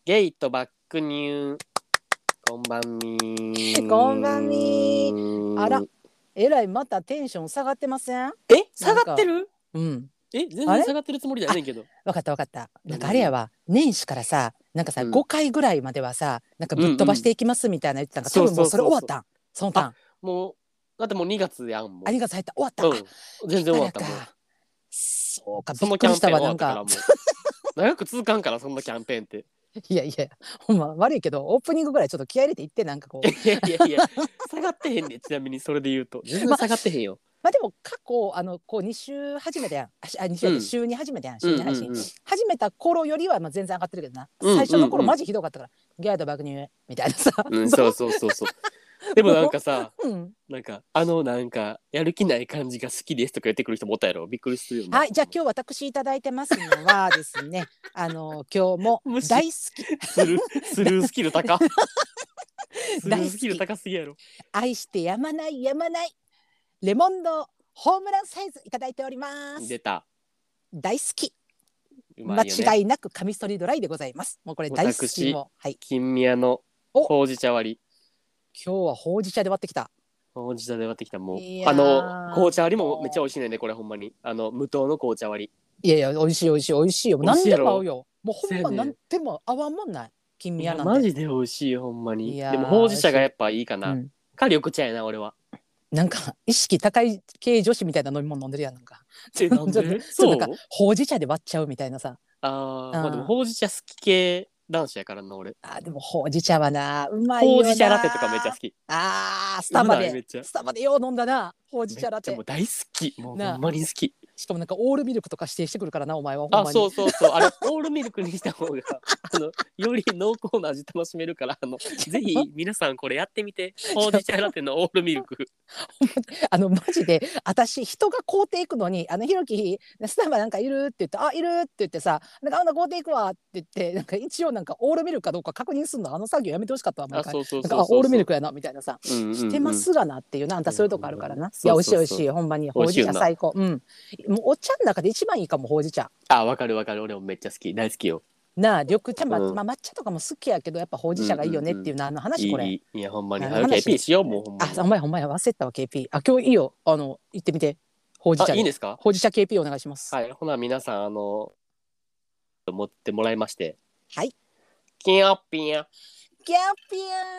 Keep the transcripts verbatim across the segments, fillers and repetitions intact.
ゲイとバックニュー。こんばんみー。 こんばんみー。あら、えらいまたテンション下がってません？ え、下がってる？ うん。 え、全然下がってるつもりじゃないけど。 わかったわかった。なんかあれやわ、年始からさ、なんかさ、うん、ごかいぐらいまではさ、なんかぶっ飛ばしていきますみたいな言ってたんが、うんうん、多分もうそれ終わったん。そのターン。 もうだってもうにがつやんもん。 あ、にがつ入った終わった。うん、 全然終わったもん。 そうか、 そのキャンペーン終わったからもう長く続かんからそんなキャンペーンって。 いやいや、ほんま悪いけどオープニングぐらいちょっと気合い入れていって、なんかこう。 いやいやいや、下がってへんね。ちなみにそれで言うと全然下がってへんよ。 まあでも過去あのこうに週初めてやん、あに週やで、週に初めてやん、週に配信、うんうんうん、始めた頃よりはまあ全然上がってるけどな、うんうんうん、最初の頃マジひどかったから、ギャード爆乳みたいなさ、 うん、そうそうそうそうでもなんかさ、うん、なんかあのなんかやる気ない感じが好きですとか言ってくる人もおったやろ。びっくりするよね。 はい、じゃあ今日私いただいてますのはですねあの今日も大好きスルスルースキル高スルースキル高すぎやろ。 愛してやまないやまないレモンドホームランサイズいただいております。 出た。 大好き、 うまいよね、 間違いなく紙ストリートライでございます。もうこれ大好きも、 はい、金宮のほうじ茶割り。 今日はほうじ茶で割ってきた。 ほうじ茶で割ってきた。もうあの紅茶割りもめっちゃ美味しいねんね、これほんまに。あの無糖の紅茶割り。いやいや、美味しい美味しい美味しいよ。何でも合うよ。もうほんま何でも合わんもんない。金宮なんて。 マジで美味しいよほんまに。でもほうじ茶がやっぱいいかな。うん、か緑茶やな俺は。 なんか意識高い系女子みたいな飲み物飲んでるやん。なんかえ、なんでそうなんかほうじ茶で割っちゃうみたいなさ。 ああ、まあでもほうじ茶好き系男子やからな俺。 あ、でもほうじ茶はな、うまいよな。 ほうじ茶ラテとかめっちゃ好き。 あー、スタバでスタバでよう飲んだな、ほうじ茶ラテ。 もう大好き、もうほんまに好き。 しかもなんかオールミルクとか指定してくるからな、お前はほんまに。 あ、そうそうそう、あれオールミルクにした方があのより濃厚な味楽しめるから、あのぜひ皆さんこれやってみて。ほうじ茶ラテのオールミルクあのマジで私人が買うていくのに、あのひろきスタバなんかいるって言って、あ、いるって言ってさ、なんかあんな買うていくわって言って、なんか一応なんかオールミルクかどうか確認するの、あの作業やめてほしかったわ。毎回なんかオールミルクやなみたいなさ、うんうんうん、してますがなっていうな。あんたそういうとこあるからな。いや、美味しい美味しい、ほんまにほうじ茶最高。うん、もうお茶の中で一番いいかも、ほうじ茶。 あ、わかるわかる、俺もめっちゃ好き、大好きよなあ。緑茶、まうん、まあ、抹茶とかも好きやけどやっぱほうじ茶がいいよねっていうな、うんうんうん、あの話これ。 いい、いやほんまに ケーピー しよう。もうほんまに。 あ、ほんまやほんまや、忘れたわ ケーピー。あ、今日いいよ、あの行ってみて。ほうじ茶で。 いいんですか？ ほうじ茶 ケーピー お願いします。 はい、ほな皆さんあの持ってもらいまして、 はい、 キャッピーキャッピ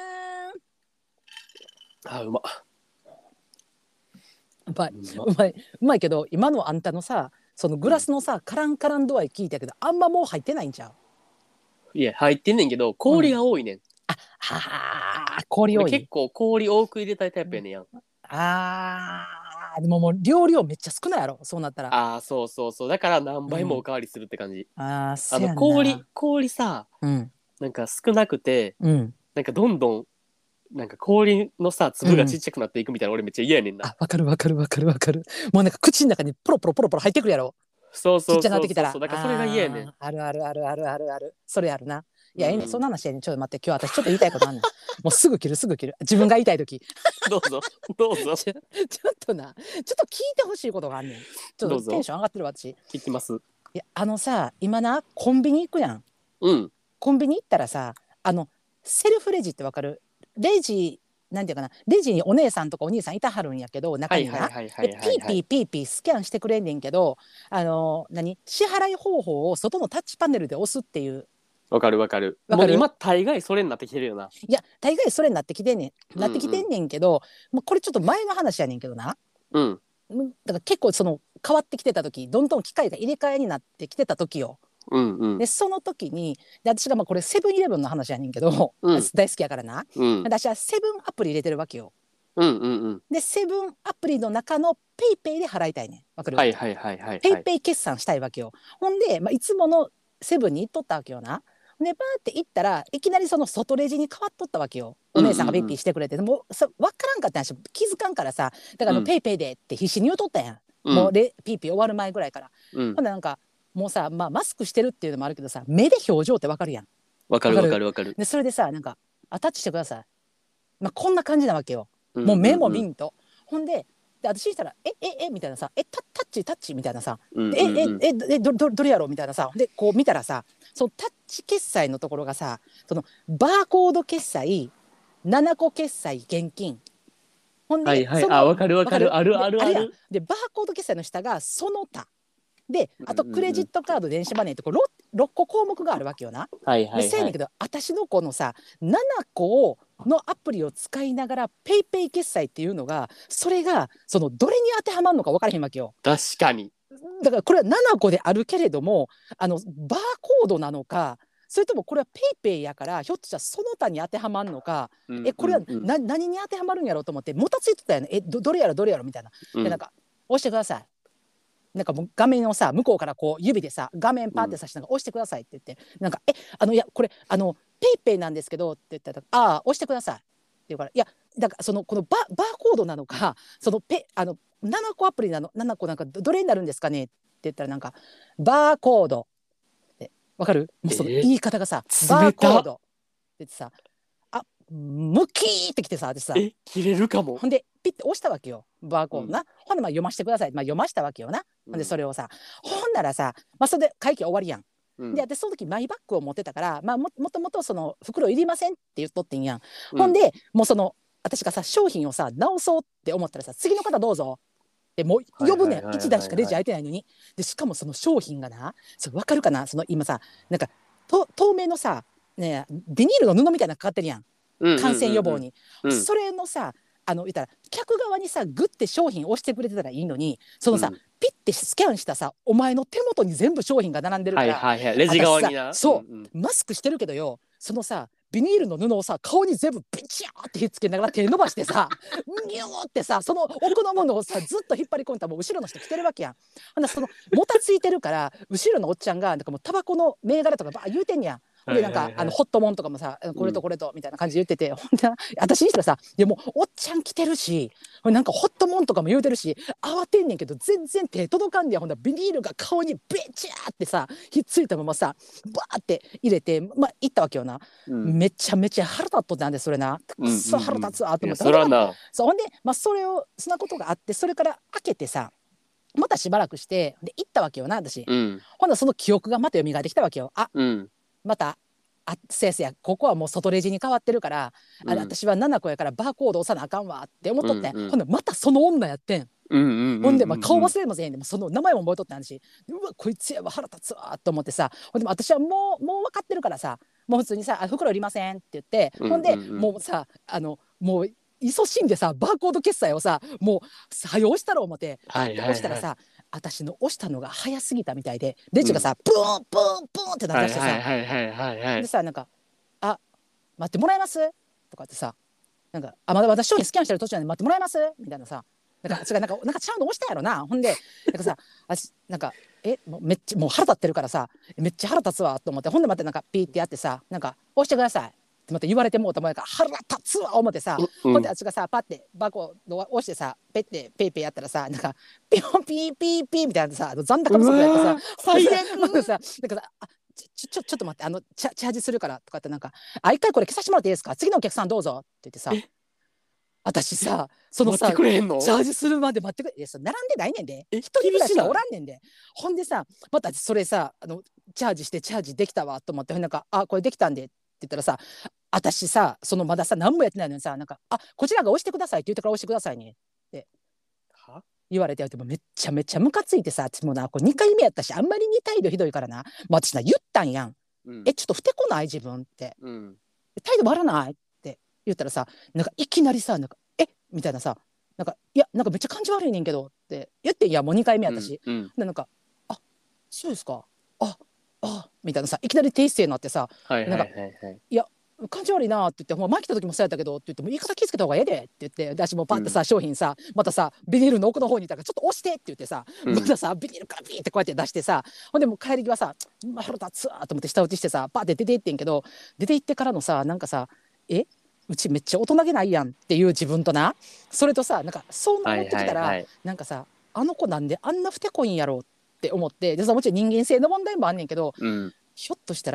ー。あ、うまうまい、うまい、うまいけど、今のあんたのさ、そのグラスのさ、うん、カランカラン度合い聞いたけど、あんまもう入ってないんちゃう？ いや入ってんねんけど氷が多いねん、うん、 あはあ、氷多い。 結構氷多く入れたいタイプやねんやん、うん、 あー、でももう量量めっちゃ少ないやろ、そうなったら。 あー、そうそうそう、だから何倍もおかわりするって感じ、 うん、あー、 あの氷氷さ、 うん、なんか少なくて、 うん、 なんかどんどんなんか氷のさ粒がちっちゃくなっていくみたいな、うん、俺めっちゃ嫌やねんな。 あ、わかるわかるわかるわかる。もうなんか口の中にポロポロポロポロ入ってくるやろ。 そうそうそうそう、 ちっちゃなってきたら。 だからそれが嫌やねん。 あるあるあるあるあるある。それあるな。いや、うん、ええねん、そんな話やねん。ちょっと待って、今日私ちょっと言いたいことあんねん。もうすぐ切るすぐ切る。自分が言いたい時。 どうぞどうぞちょ。ちょっとな、ちょっと聞いてほしいことがあんねん。ちょっとテンション上がってる私。 聞きます。 いや、あのさ、今なコンビニ行くやん。 うん。 コンビニ行ったらさ、あのセルフレジってわかる？レジなんていうかな、レジにお姉さんとかお兄さんいたはるんやけど、中になピーピーピーピースキャンしてくれんねんけど、あの何支払い方法を外のタッチパネルで押すっていう。 わかるわかる。わかる。もう今大概それになってきてるよな。 いや、大概それになってきてんねんなってきてんねんけど、うんうん、もうこれちょっと前の話やねんけどな。 うん。 だから結構その変わってきてた時、どんどん機械が入れ替えになってきてた時よ。 うんうん、 でその時にで私がまあこれセブンイレブンの話やねんけど、うん、大好きやからな、うん、私はセブンアプリ入れてるわけよ。 うんうんうん、 でセブンアプリの中のペイペイで払いたいねん。わかる？ はいはいはいはい、はい、 ペイペイ決済したいわけよ。ほんで、まあ、いつものセブンに行っとったわけよな。でバーって行ったらいきなりその外レジに変わっとったわけよ。お姉さんがピッピーしてくれて、うんうんうん、もうそ分からんかったんし、気づかんからさ、だから、うん、ペイペイでって必死に言うとったやん、うん、もうレピーピー終わる前ぐらいから、うん、ほんでなんかもうさ、まあ、マスクしてるっていうのもあるけどさ、目で表情って分かるやん。 分かる分かる分かる。 でそれでさ、なんかアタッチしてください、まあ、こんな感じなわけよ、うんうんうん、もう目も見んと。ほんでで私したら「えええみたいなさ「えタタッチタッチ」みたいなさ「 うんうんえうんえええどどどれやろ?」みたいなさでこう見たらさそのタッチ決済のところがさそのバーコード決済ななこ決済現金ほんはいはい。 でそのあ、わかるわかる。あるであれやんあるある。 でバーコード決済の下がその他であとうんうんうんクレジットカード電子マネーってこう ろっ, ろっこ項目があるわけよな。 はいはいはい。 でせやねんけど私のこのさななこをのアプリを使いながらペイペイ決済っていうのがそれがそのどれに当てはまるのか分からへんわけよ。 確かに。 だからこれはななこであるけれどもあのバーコードなのかそれともこれはペイペイやからひょっとしたらその他に当てはまるのかうんえこれはうんうん。 な何に当てはまるんやろうと思ってもたついてたよねえ ど, どれやろどれやろみたいな。 うんでなんか押してくださいなんかもう画面をさ向こうからこう指でさ画面パーってさしながら押してくださいって言ってなんかえあのいやこれあのペイペイなんですけどって言ったらああ押してくださいって言うからいやだからそのこのババーコードなのかそのペあのななこアプリなのななこなんかどどれになるんですかねって言ったらなんかバーコードってわかるもうそのえー言い方がさバ冷たーコードって言ってさあムキーってきてさ私さえ、切れるかも。 ほんでピッて押したわけよバーコードな、 うんほんでまあ読ませてください、まあ、読ましたわけよな、 うんほんでそれをさほんならさ、まあ、それで会計終わりやん、 うんで私その時マイバッグを持ってたから、まあ、ももともとその袋いりませんって言っとってんやん、 うんほんでもうその私がさ商品をさ直そうって思ったらさ次の方どうぞでもう呼ぶねんはいはいはいはいはいいちだいしかレジ開いてないのにでしかもその商品がなそれ分かるかなその今さなんかと透明のさねビニールの布みたいなのかかってるやんうんうんうんうん感染予防に、 うんそれのさあの言ったら客側にさグッて商品押してくれてたらいいのにそのさ、 うんピッてスキャンしたさお前の手元に全部商品が並んでるかはいら、 はいはい。レジ側にな。 私さそう、 んんマスクしてるけどよそのさビニールの布をさ顔に全部ビチャーってひっつけながら手伸ばしてさニューってさその奥のものをさずっと引っ張り込んだもう後ろの人来てるわけやん。ほんなそのもたついてるから後ろのおっちゃんがなんかもうタバコの銘柄とかば言うてんやん。でなんか、 はいはいはいあのホットモンとかもさこれとこれとみたいな感じで言ってて、ほんで私にしたらさいやもうおっちゃん来てるしなんかホットモンとかも言うてるし慌てんねんけど全然手届かんねやほんなビニールが顔にベチャーってさひっついたままさバーって入れてまあ行ったわけよな、 うんめちゃめちゃ腹立っとったんでそれなうんうんうんくっそ腹立つわといや思って、 そらな。 そうほんで、まあ、それをそんなことがあってそれから開けてさまたしばらくしてで行ったわけよな私、 うんほんならその記憶がまた蘇ってきたわけよあうんまたあせやせやここはもう外レジに変わってるから、あれうん私はななこやからバーコード押さなあかんわって思っとってん、 うんうんほんでまたその女やってん、 うんうんうんほんでまあ顔忘れませんねんでもその名前も覚えとってんしうわこいつやわ腹立つわと思ってさほんでも私はもうもう分かってるからさもう普通にさ「あ袋いりません」って言って、 うんうんうんほんでもうさあのもう勤しんでさバーコード決済をさもうさよ押したろ思ってはいはいはい押したらさ私の押したのが早すぎたみたいでレジがさ、プーンプーンプーンって鳴はいらしてさ、 はいはいはいはいはいでさなんかあ待ってもらえますとかってさなんかあまだ私商品スキャンしてる途中なんで待ってもらえますみたいなさなんか違うなんかなんかちゃうの押したやろなほんでなんかさ私なんかえもうめっちゃもう腹立ってるからさめっちゃ腹立つわと思ってほんでまたなんかピーってやってさなんか押してくださいってまた言われてもうたもんやから腹立つわ思ってさ、 うんほんで私がさパッてバーコードを押してさペッてペイペイやったらさなんかピヨンピーピーピーみたいなさあの残高不足やってさ最悪ほんでさなんかさあちょちょちょっと待ってあのチャチャージするからとかってなんかあ一回これ消させてもらっていいですか次のお客さんどうぞって言ってさえ私さその待っさてくれへんのチャージするまで待ってくれいやそれ並んでないねんでえ一人ぐらいしか厳しないおらんねんでほんでさまたそれさあのチャージしてチャージできたわと思ってほんでなんかあこれできたんでって言ったらさ私さそのまださ何もやってないのにさなんかあこちらが押してくださいって言ってから押してくださいねっては言われてでもめっちゃめちゃムカついてさ私もなこれにかいめやったしあんまりに態度ひどいからなもう私な言ったんやんうんえちょっとふてこない自分ってうん態度悪ないって言ったらさなんかいきなりさなんかえみたいなさなんかいやなんかめっちゃ感じ悪いねんけどって言っていやもうにかいめやったし、 うんうんでなんかあそうですかああみたいなさいきなり低姿勢になってさはいはいはいはい感じ悪いなって言って「ほんま前来た時もそうやったけど」って言っても「言い方気をつけた方がええで」って言って私もパッてさ、 うん商品さまたさビニールの奥の方にいたから「ちょっと押して」って言ってさ、 うんまたさビニールからビーってこうやって出してさほんでもう帰り際さ「まあ、腹立つわ」と思って舌打ちしてさパッて出て行ってんけど出て行ってからのさなんかさ「えうちめっちゃ大人げないやん」っていう自分となそれとさなんかそう思ってきたら、 はいはいはいなんかさあの子なんであんなふてこいんやろって思ってでさもちろん人間性の問題もあんねんけどうんひょっとしたら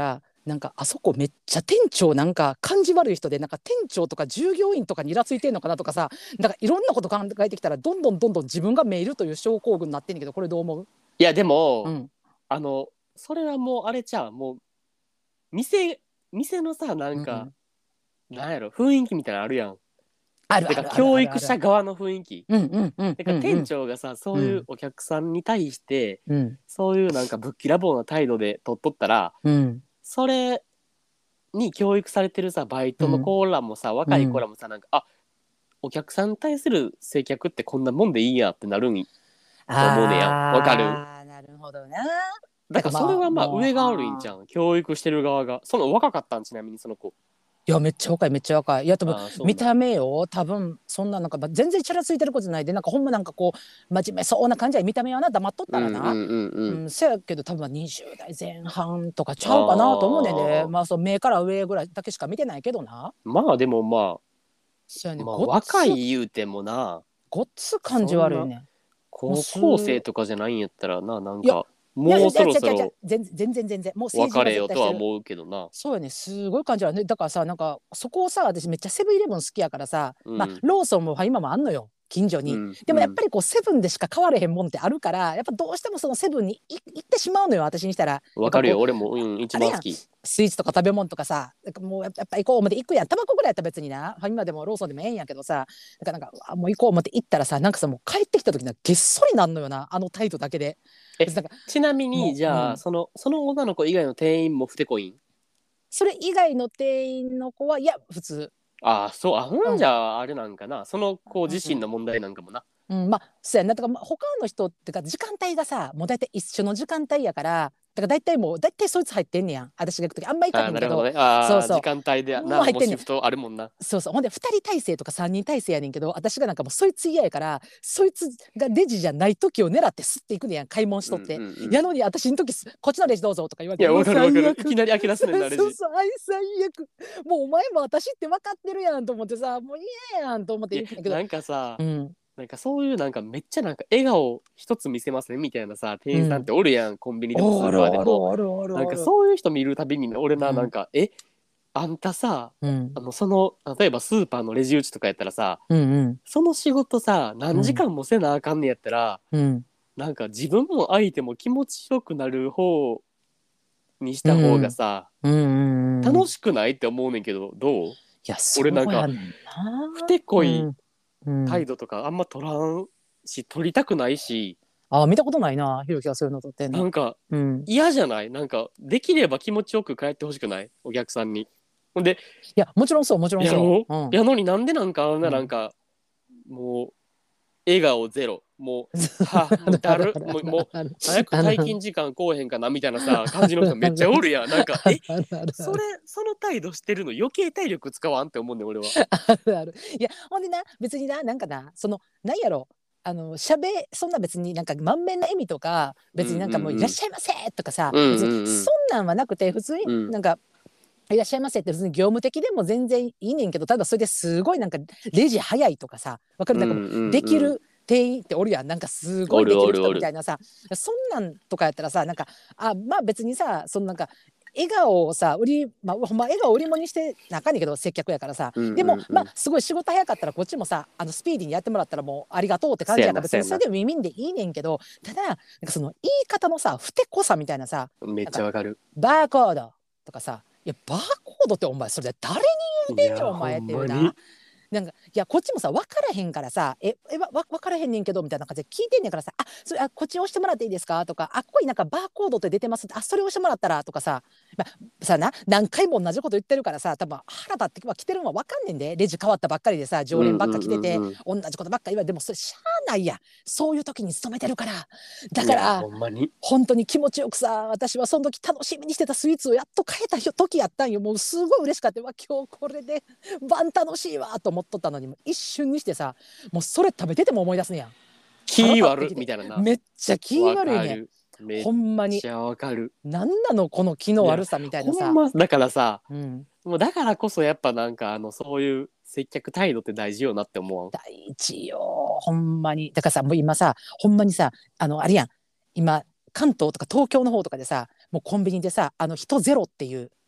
なんかあそこめっちゃ店長なんか感じ悪い人で、なんか店長とか従業員とかにイラついてんのかなとかさ、なんかいろんなこと考えてきたらどんどんどんどん自分がメールという症候群になってんねんけど、これどう思う？ いやでも、 うん、 あのそれはもうあれちゃう、もう店店のさなんか、 うん、 なんやろ雰囲気みたいなのあるやん。てかあるあるある教育あるある。 者側の雰囲気。 うんうんうんてか店うんうん長がさそういうお客さんに対して、 うんそういうなんかぶっきらぼうな態度で取っとったら、 うんそれに教育されてるさバイトのうん子らもさ、若い子らもさなんか、あ、お客さんに対する接客ってこんなもんでいいんやってなるんって思うねやん。わかる？ あーなるほどな。 だからそれだからまあはまあもう上が悪いんじゃあーん、教育してる側が。その若かったん？ちなみにその子。 いやめっちゃ若いめっちゃ若い。いや多分ああそうなん。 見た目よ多分そんななんかまあ全然チャラついてる子じゃないで、なんかほんまなんかこう真面目そうな感じや見た目はな、黙っとっうんたらな。 うんうんううん。 ん、せやけど多分にじゅう代前半とかちゃうかなと思うねんで、 ああまあそう目から上ぐらいだけしか見てないけどな。 まあでもまあまあそうやね、ごっつ若い言うてもな、 ごっつ感じそんな悪いねん。もう高す校生とかじゃないんやったらな、なんいやかいやいやもうそろそ違う違う違うろ全然全然全然もう成人は別れよ絶対してる。 とは思うけどな。 そうやね、すごい感じはね。だからさ、なんかそこをさ、私めっちゃセブンイレブン好きやからさ、まあうんローソンもファミマもあんのよ近所に。 うんでもやっうんぱりこうセブンでしか買われへんもんってあるから、やっぱどうしてもそのセブンにい行ってしまうのよ私にしたら。やわっぱこうかるよ俺も、うん、一あれやん、 番好き。 スイーツとか食べ物とかさ、なんかもうやっぱやっぱ行こう思って行くやん。タバコぐらいやったら別になファミマでもローソンでもええんやけどさ、だからなんかあもう行こう思って行ったらさ、なんかさもう帰ってきた時なげっそりなんのよな、あの態度だけで。 えなんかちなみにもう、 じゃあ、 うん、 そのその女の子以外の店員もふてこいん？ それ以外の店員の子はいや普通。 ああそう、あほんじうんゃああれなんかな、その子自身うんの問題なんかもな。 うん、まあそうやな。だからまあ他の人ってか時間帯がさもう大体一緒の時間帯やから、だから大体もう大体そいつ入ってんねやん。私が行く時あんま行かあへんねんけど。 あなるほどね。あそうそあ時間帯でうもうな、 入ってんねん。 もうシフトあるもんな。 そうそうほんでふたり体制とかさんにん体制やねんけど、私がなんかもうそいつ嫌やから、そいつがレジじゃない時を狙ってスッていくねやん、買い物しうんとって、 うんうん。 やのに私の時すこっちのレジどうぞとか言われて、 いやわかるわかる、 うわ最悪いきなり開け出すねんなレジ。 そうそうあい最悪。もうお前も私って分かってるやんと思ってさ、もう嫌やんと思っていや言うんだけど。 なんかさ、 うんなんかそういうなんかめっちゃなんか笑顔一つ見せませんみたいなさ店員さんっうんておるやん、コンビニでもスおるーパーでも。 おるおるおるなんかおる。 そういう人見るたびに俺な、 うんなんかえあんたさ、 うんあのその例えばスーパーのレジ打ちとかやったらさ、 うんうんその仕事さ何時間もせなあかんねやったら、 うんなんか自分も相手も気持ちよくなる方にしうた方がんさ、 うんうんうん。い楽しくないって思うねんけど、どう？ やそ俺なんかうやねんな。 ふてこいうんうん、 態度とかあんま取らんし取りたくないし、 あ見たことないな、ひろきがそういうの撮ってんの。 なんかうん嫌じゃない？なんかできれば気持ちよく帰ってほしくない？お客さんに。ほんでいやもちろんそうもちろんやろう、 そう。うんやのになんでなんかあんななんか、もう笑顔ゼロ、もうはもうだるもうもう早く退勤時間こうへんかなみたいなさ感じの人めっちゃおるやん。なんかえそれその態度してるの余計体力使わんって思うねん俺は。 あるある。いやほんでな別にななんかなそのなんやろあのしゃべそんな別になんか満面の笑みとか別になんかもういらっしゃいませとかさ、 うんうんうん別にそんなんはなくて普通にうんなんか、いらっしゃいませって別に業務的でも全然いいねんけど、ただそれですごいなんかレジ早いとかさわかる、なんかもうできる店員っておるやん、なんかすごいできる人みたいなさ、そんなんとかやったらさなんかあまあ別にさそのなんか笑顔をさ売り、まあ、ほんま笑顔を売り物にしてなあかんねんけど接客やからさ、 うんうんうん、 でもまあすごい仕事早かったらこっちもさあのスピーディーにやってもらったらもうありがとうって感じやから別にそれでも耳でいいねんけど、ただなんかその言い方のさふてこさみたいなさ、 めっちゃわかる。 バーコードとかさ、いやバーコードってお前それ誰に言うてんねんお前っていうな。なんかいやこっちもさ分からへんからさ「ええわ分からへんねんけど」みたいな感じで聞いてんねんからさ「あそれあこっち押してもらっていいですか?」とか「あここになんかバーコードって出てます」あそれ押してもらったら」とかさ、まあ、さな何回も同じこと言ってるからさ多分腹立っては来てるのは分かんねんで、レジ変わったばっかりでさ常連ばっか来てて、 うんうんうんうん、 同じことばっか言われて、でもそれしゃあないやそういう時に勤めてるから。だからほんまに本当に気持ちよくさ私はその時楽しみにしてたスイーツをやっと買えた時やったんよ。もうすごい嬉しかったわ、今日これで晩楽しいわと思っとったのに一瞬にしてさもうそれ食べてても思い出すねやん。 気悪みたいなな。 めっちゃ気悪いねめっほんまに。 ちゃわかる。 なんなのこの気の悪さみたいなさ。 ほんまだからさ、 うん、 もうだからこそやっぱなんかあのそういう接客態度って大事よなって思う。 大事よほんまに。だからさもう今さほんまにさあのあれやん今関東とか東京の方とかでさもうコンビニでさあの人ゼロっていう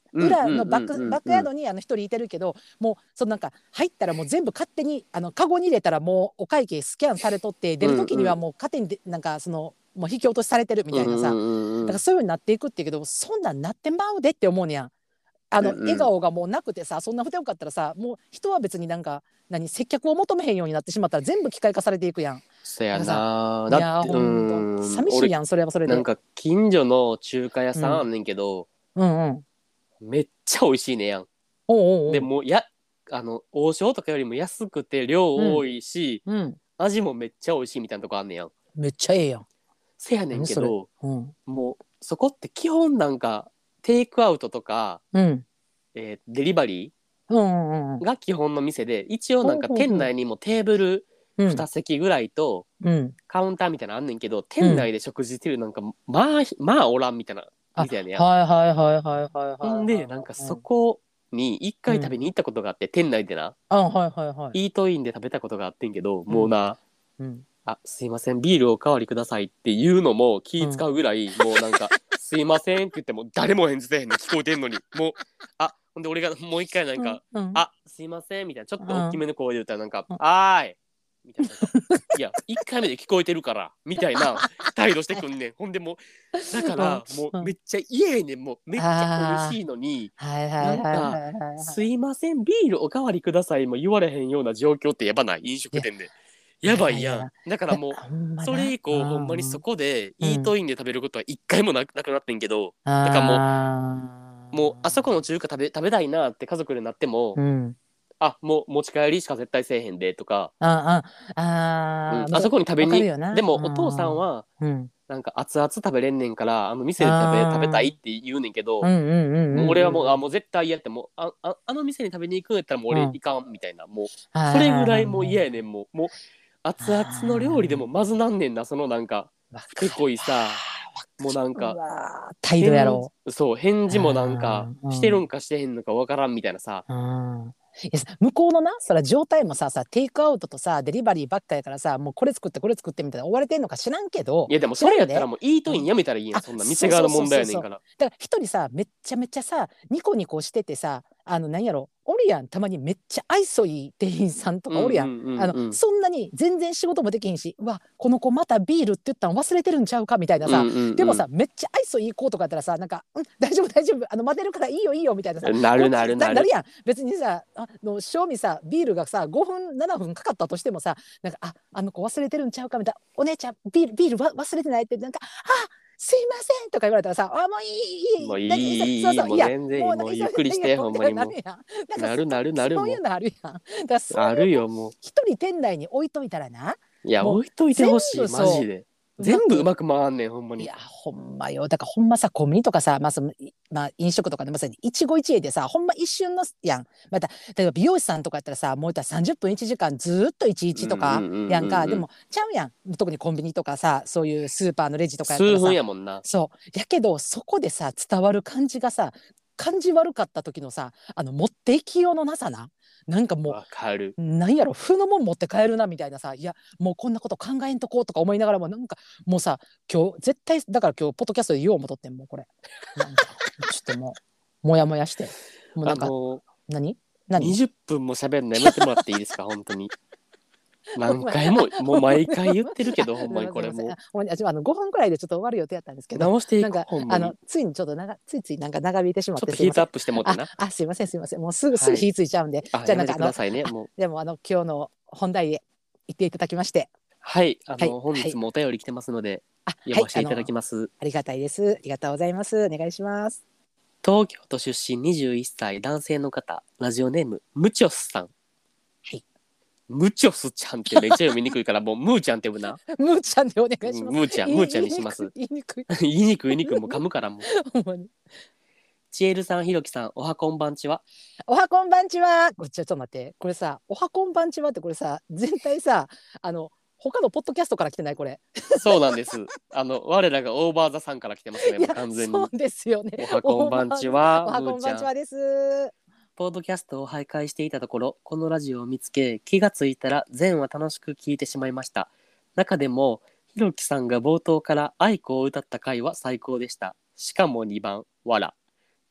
裏のバック、 うんうんうんうんうんバックヤードにあの一人いてるけど、もうそのなんか入ったらもう全部勝手にあのカゴに入れたらもうお会計スキャンされとって出る時にはもう勝手にでなんかそのもう引き落としされてるみたいなさ、 うんうんうんうんだからそういうようになっていくって言うけど、そんなんなってまうでって思うねやん。あのうんうん笑顔がもうなくてさ、そんなふてよかったらさ、もう人は別になんか何接客を求めへんようになってしまったら全部機械化されていくやん。 そやなんかさ、 な。 いやーだってうほんとーん俺寂しいやん、それはそれで。 なんか近所の中華屋さんあんねんけど、 うんうん。 めっちゃ美味しいねやん。 おうおうおう。 でもうやあの王将とかよりも安くて量多いし、 うん。 味もめっちゃ美味しいみたいなとこあんねやん。 めっちゃええやん。 せやねん何それ。 けど、 うん。 もうそこって基本なんかテイクアウトとか、 うん。 えーデリバリうんうんうん。 ーが基本の店で、一応なんかほうほうほう店内にもテーブルうんに席ぐらいとうん。 カウンターみたいなのあんねんけど、店内で食事してるなんかまあまあおらんみたいなあ、 店やねんや。 はいはいはいはいはいはいほんはい。 でなんかそこに一回食べに行ったことがあって、店内でなあ、はいはいはい。 イートインで食べたことがあってんけど、 うんもうな、 うん。 あ、すいません、ビールおかわりくださいっていうのも気使うぐらい、もうなんか、すいませんって言っても誰も返事せえへんの聞こえてんのに、もう、あ、ほんで俺がもう一回なんか、 うんうん。 あ、すいませんみたいな、ちょっと大きめの声で言ったらなんか、 うんあーいみたいな、なんか、いや、一回目で聞こえてるから、みたいな態度してくんねん。ほんでもう、だから、もうめっちゃ嫌やねん、もうめっちゃ美味しいのに、 はいはいはいはいなんか、 はいはい。 すいません、ビールおかわりくださいも言われへんような状況ってやばない？飲食店で。やばいやん。 いやいやだからもう、 ほんまなそれ以降、ほんまにそこでうんイートインで食べることは一回もなくなくなってんけど、だからもあう、もうあそこの中華食べ食べたいなって家族でなっても、 うん。 あ、もう持ち帰りしか絶対せえへんでとか、 ああうん、 あああそこに食べわかるに、 よな。 でもお父さんは、 うんなんか熱々食べれんねんから、あの店で食べ食べたいって言うねんけど、 うんうんうんうんうん。 もう俺はもう、あ、もう絶対嫌って、もう、あ、あ、あの店に食べに行くんやったらもう俺うん行かんみたいな、もう、 はいそれぐらいはいはいもう嫌やねん、もう、もう、熱々の料理でもまずなんねんな、そのなんか、ふてこいさ、もうなんうか、 わ態度やろ返そう、返事もなんか、 うんしてるんかしてへんのかわからんみたいなさ、 う。うんいや向こうのなそら状態もささテイクアウトとさデリバリーばっかやからさもうこれ作ってこれ作ってみたいな追われてんのか知らんけどいやでも知らんでそれやったらもうイートインやめたらいいやん、 あそんな店側の問題やねんから。 だから一人さめっちゃめちゃさニコニコしててさあの何やろおるやんたまにめっちゃ愛想いい店員さんとかおるやん。 うんうんうんうんあのそんなに全然仕事もできへんしうわこの子またビールって言ったん忘れてるんちゃうかみたいなさ、 うんうんうんでもさめっちゃ愛想いい子とかやったらさなんか、うん、大丈夫大丈夫あの待てるからいいよいいよみたいなさなるなるなるなるやん別にさあの賞味さビールがさごふんななふんかかったとしてもさなんかああの子忘れてるんちゃうかみたいなお姉ちゃんビールビールわ忘れてないってなんかあすいませんとか言われたらさあもういいいいもういい何いいいいそうそうもう全然いいもうもうゆっくりしてほんまにもうなるなるなるもそういうのあるやんだからそうあいうるよもう。 一人店内に置いといたらないやもう置いといてほしい全部そうマジで。全部うまく回んねんほんまに。 いやほんまよだからほんまさコンビニとかさ、まあそのまあ、飲食とかでもさ一期一会でさほんま一瞬のやんまた例えば美容師さんとかやったらさもう言ったらさんじゅっぷんいちじかんずっといちいちとかやんか、でもちゃうやん特にコンビニとかさそういうスーパーのレジとかやったらさ数分やもんな。 そうやけどそこでさ伝わる感じがさ感じ悪かった時のさあの持っていきようのなさななんかもわかる。 うなんやろ負のもん持って帰るなみたいなさいやもうこんなこと考えんとこうとか思いながらもなんかもうさ今日絶対だから今日ポッドキャストで言おうもとってんもうこれなんかちょっともうもやもやしてもうなんか、 あの何何にじゅっぷんも喋るのやめてもらっていいですか本当に。何回ももう毎回言ってるけどほんまにこれもうほんまにあのごふんくらいでちょっと終わる予定やったんですけど直していなんかくほんまに。 あのついにちょっと長ついついなんか長引いてしまっちょてすいませんっとヒートアップしてもってな。 ああすいませんすいませんもうすぐはいすぐ火ついちゃうんで、 あじゃあなんかあのやめてくださいねもう。 でもあの今日の本題へ行っていただきましてはいあの、 はい本日もお便り来てますので、 あ読ませていただはい、 きます、 あのありがたいですありがとうございますお願いします東京都出身にじゅういっさい男性の方ラジオネームムチョスさん。 はいムチョスちゃんってめっちゃ読みにくいからもうムーちゃんって呼ぶな。 むーちゃんでお願いします、 うんムーちゃんムーちゃんにします言いにくい言いにくい言いにくいもう噛むからもう。 ほんまにちえるさんひろきさんおはこんばんちは。 おはこんばんちはこれちょっと待ってこれさおはこんばんちはってこれさ全体さあの他のポッドキャストから来てないこれそうなんです。あの我らがオーバーザさんから来てますねいやもう完全に。 そうですよねおはこんばんちはおはこんばんちはですポッドキャストを徘徊していたところこのラジオを見つけ気がついたら前話楽しく聞いてしまいました。中でもひろきさんが冒頭から愛子を歌った回は最高でした。しかもにばんわら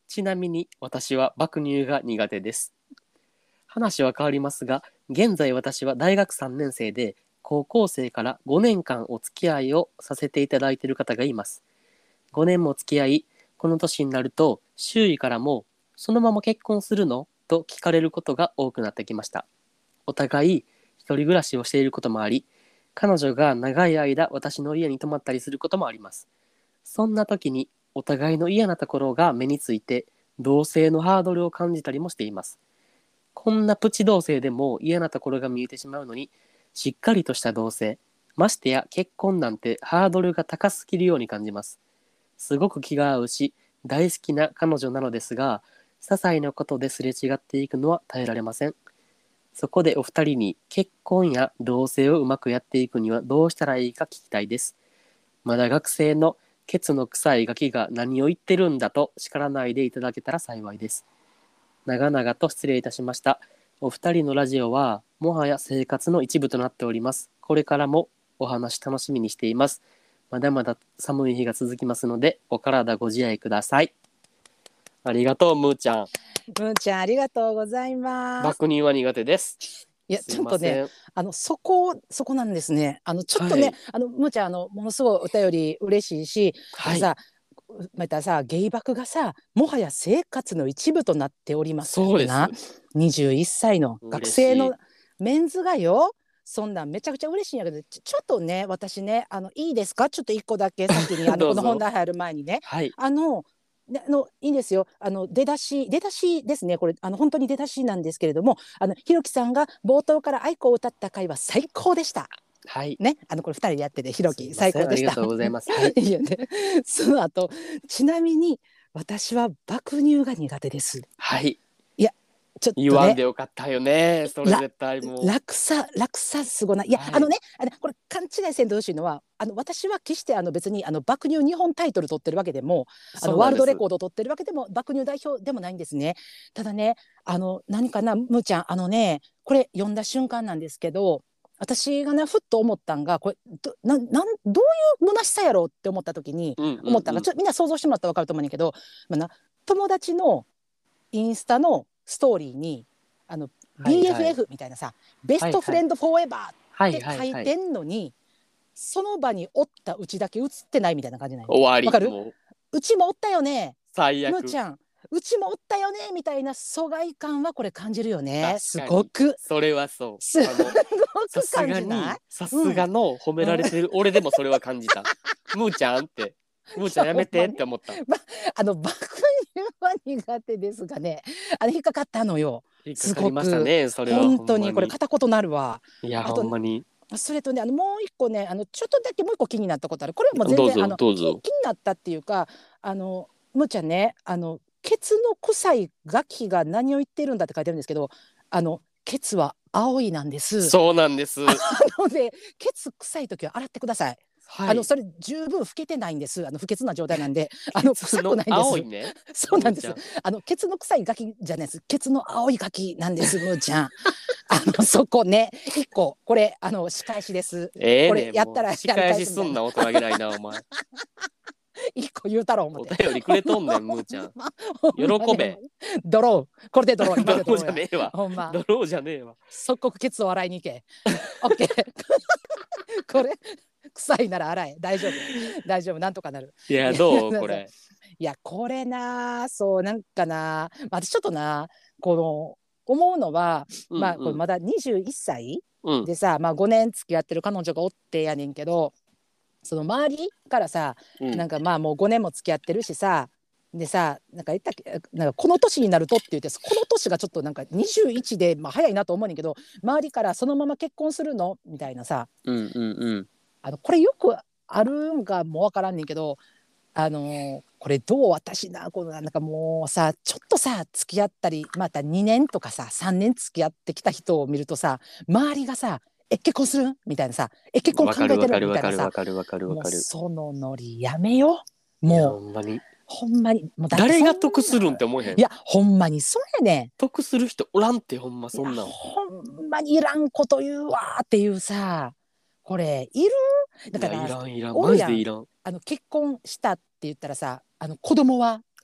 ちなみに私は爆乳が苦手です。話は変わりますが、現在私は大学さんねん生で、高校生からごねんかんお付き合いをさせていただいている方がいます。ごねんも付き合い、この年になると周囲からもそのまま結婚するのと聞かれることが多くなってきました。お互い一人暮らしをしていることもあり、彼女が長い間私の家に泊まったりすることもあります。そんな時にお互いの嫌なところが目について、同性のハードルを感じたりもしています。こんなプチ同性でも嫌なところが見えてしまうのに、しっかりとした同性、ましてや結婚なんてハードルが高すぎるように感じます。すごく気が合うし、大好きな彼女なのですが、些細なことですれ違っていくのは耐えられません。そこでお二人に結婚や同棲をうまくやっていくにはどうしたらいいか聞きたいです。まだ学生のケツの臭いガキが何を言ってるんだと叱らないでいただけたら幸いです。長々と失礼いたしました。お二人のラジオはもはや生活の一部となっております。これからもお話楽しみにしています。まだまだ寒い日が続きますので、お体ご自愛ください。ありがとう、むーちゃん。 むーちゃんありがとうございます。 爆乳は苦手です。 いやちょっとね、あのそこそこなんですね。あのちょっとね、はい、あのむーちゃんあのものすごいお便り嬉しいし、はい、さまたさゲイバクがさもはや生活の一部となっております。 そうです。 にじゅういっさいの学生のメンズがよ。そんなんめちゃくちゃ嬉しいんやけど、ちょちょっとね私ねあのいいですか、ちょっと一個だけ先にあのこの本題入る前にね、はい、あのね、あのいいんですよ、あの出だし出だしですね、これあの本当に出だしなんですけれども、あのひろきさんが冒頭から愛子を歌った回は最高でした。はいね、あのこれふたりでやっててひろき最高でした。ありがとうございます。はい、いやね、その後ちなみに私は爆乳が苦手です。 はい。 いやちょっとね、 言わんでよかったよね。それ絶対もう落差落差すごない。いや、はい、あのねあのこれ勘違いせんでほしいのは、あの私は決してあの別にあの爆乳日本タイトル取ってるわけでも、あのワールドレコード取ってるわけでも爆乳代表でもないんですね。ただね、あの何かなむーちゃん、あのねこれ読んだ瞬間なんですけど、私がねふっと思ったんが、これどななんどういう虚しさやろうって思った時に思ったんが、ちょっとみんな想像してもらったら分かると思うんだけど、まあ、な友達のインスタのストーリーにあのビーエフエフ みたいなさ、はいはい、ベストフレンドフォーエバーって書いてんのに、はいはいはい、その場におったうちだけ映ってないみたいな感じない？ 終わり。 わかる？うちもおったよね、 最悪。 むーちゃんうちもおったよねみたいな疎外感はこれ感じるよね。すごくそれはそう。 すごく感じない？ さすがの褒められてる、うん、俺でもそれは感じた。むーちゃんってむーちゃんやめてって思った。 ま、あの爆乳は苦手ですがね、あれ引っかかったのよ。 引っかかりましたね。それは本当にこれ片言なるわ。 いやほんまに。 それとね、あのもう一個ね、あのちょっとだけもう一個気になったことある。これはもう全然あの気になったっていうか、あのむーちゃんね、あのケツの臭いガキが何を言ってるんだって書いてるんですけど、あのケツは青いなんです。 そうなんです。 あのでケツ臭い時は洗ってください。はい、あのそれ十分老けてないんです。あの不潔な状態なんで、あの臭くないんです。 青いね。 そうなんです。あのケツの臭いガキじゃないです。ケツの青いガキなんです、むーちゃん。あのそこね、一個これあの仕返しです。 えー、 これやったら仕返しすんな、大人げないなお前。 一個言うたろう思って。 お便りくれとんねん、むーちゃん。喜べ。 ドロー。これでドロー。 ドローじゃねえわ。ほんま。ドローじゃねえわ。 即刻ケツを洗いに行け。オッケー。これ臭いなら洗え。大丈夫。大丈夫。なんとかなる。 いやどうこれ。 いやこれな、そうなんかな。私ちょっとな、この思うのは、うんうん、まあこれまだにじゅういっさい、うん、でさ、まあごねん付き合ってる彼女がおってやねんけど。その周りからさ、うん、なんかまあもうごねんも付き合ってるしさ、でさ、なんか言ったっけ、なんかこの年になるとって言って、この年がちょっとなんかにじゅういちで、まあ、早いなと思うねんけど、周りからそのまま結婚するのみたいなさ、うんうんうん、あのこれよくあるんかもわからんねんけど、あのー、これどう私な、このなんかもうさ、ちょっとさ付き合ったりまたにねんとかささんねん付き合ってきた人を見るとさ、周りがさえ結婚するみたいなさ、え結婚考えてるみたいなさ、もうそのノリやめよ。もうほんまにほんまにもう誰が得するんって思えへん。 いやほんまにそれね、 得する人おらんって、ほんまそんなんほんまにいらんこと言うわっていうさ、これいる？だからいらんいらんマジでいらん。 あの結婚したって言ったらさ、あの子供は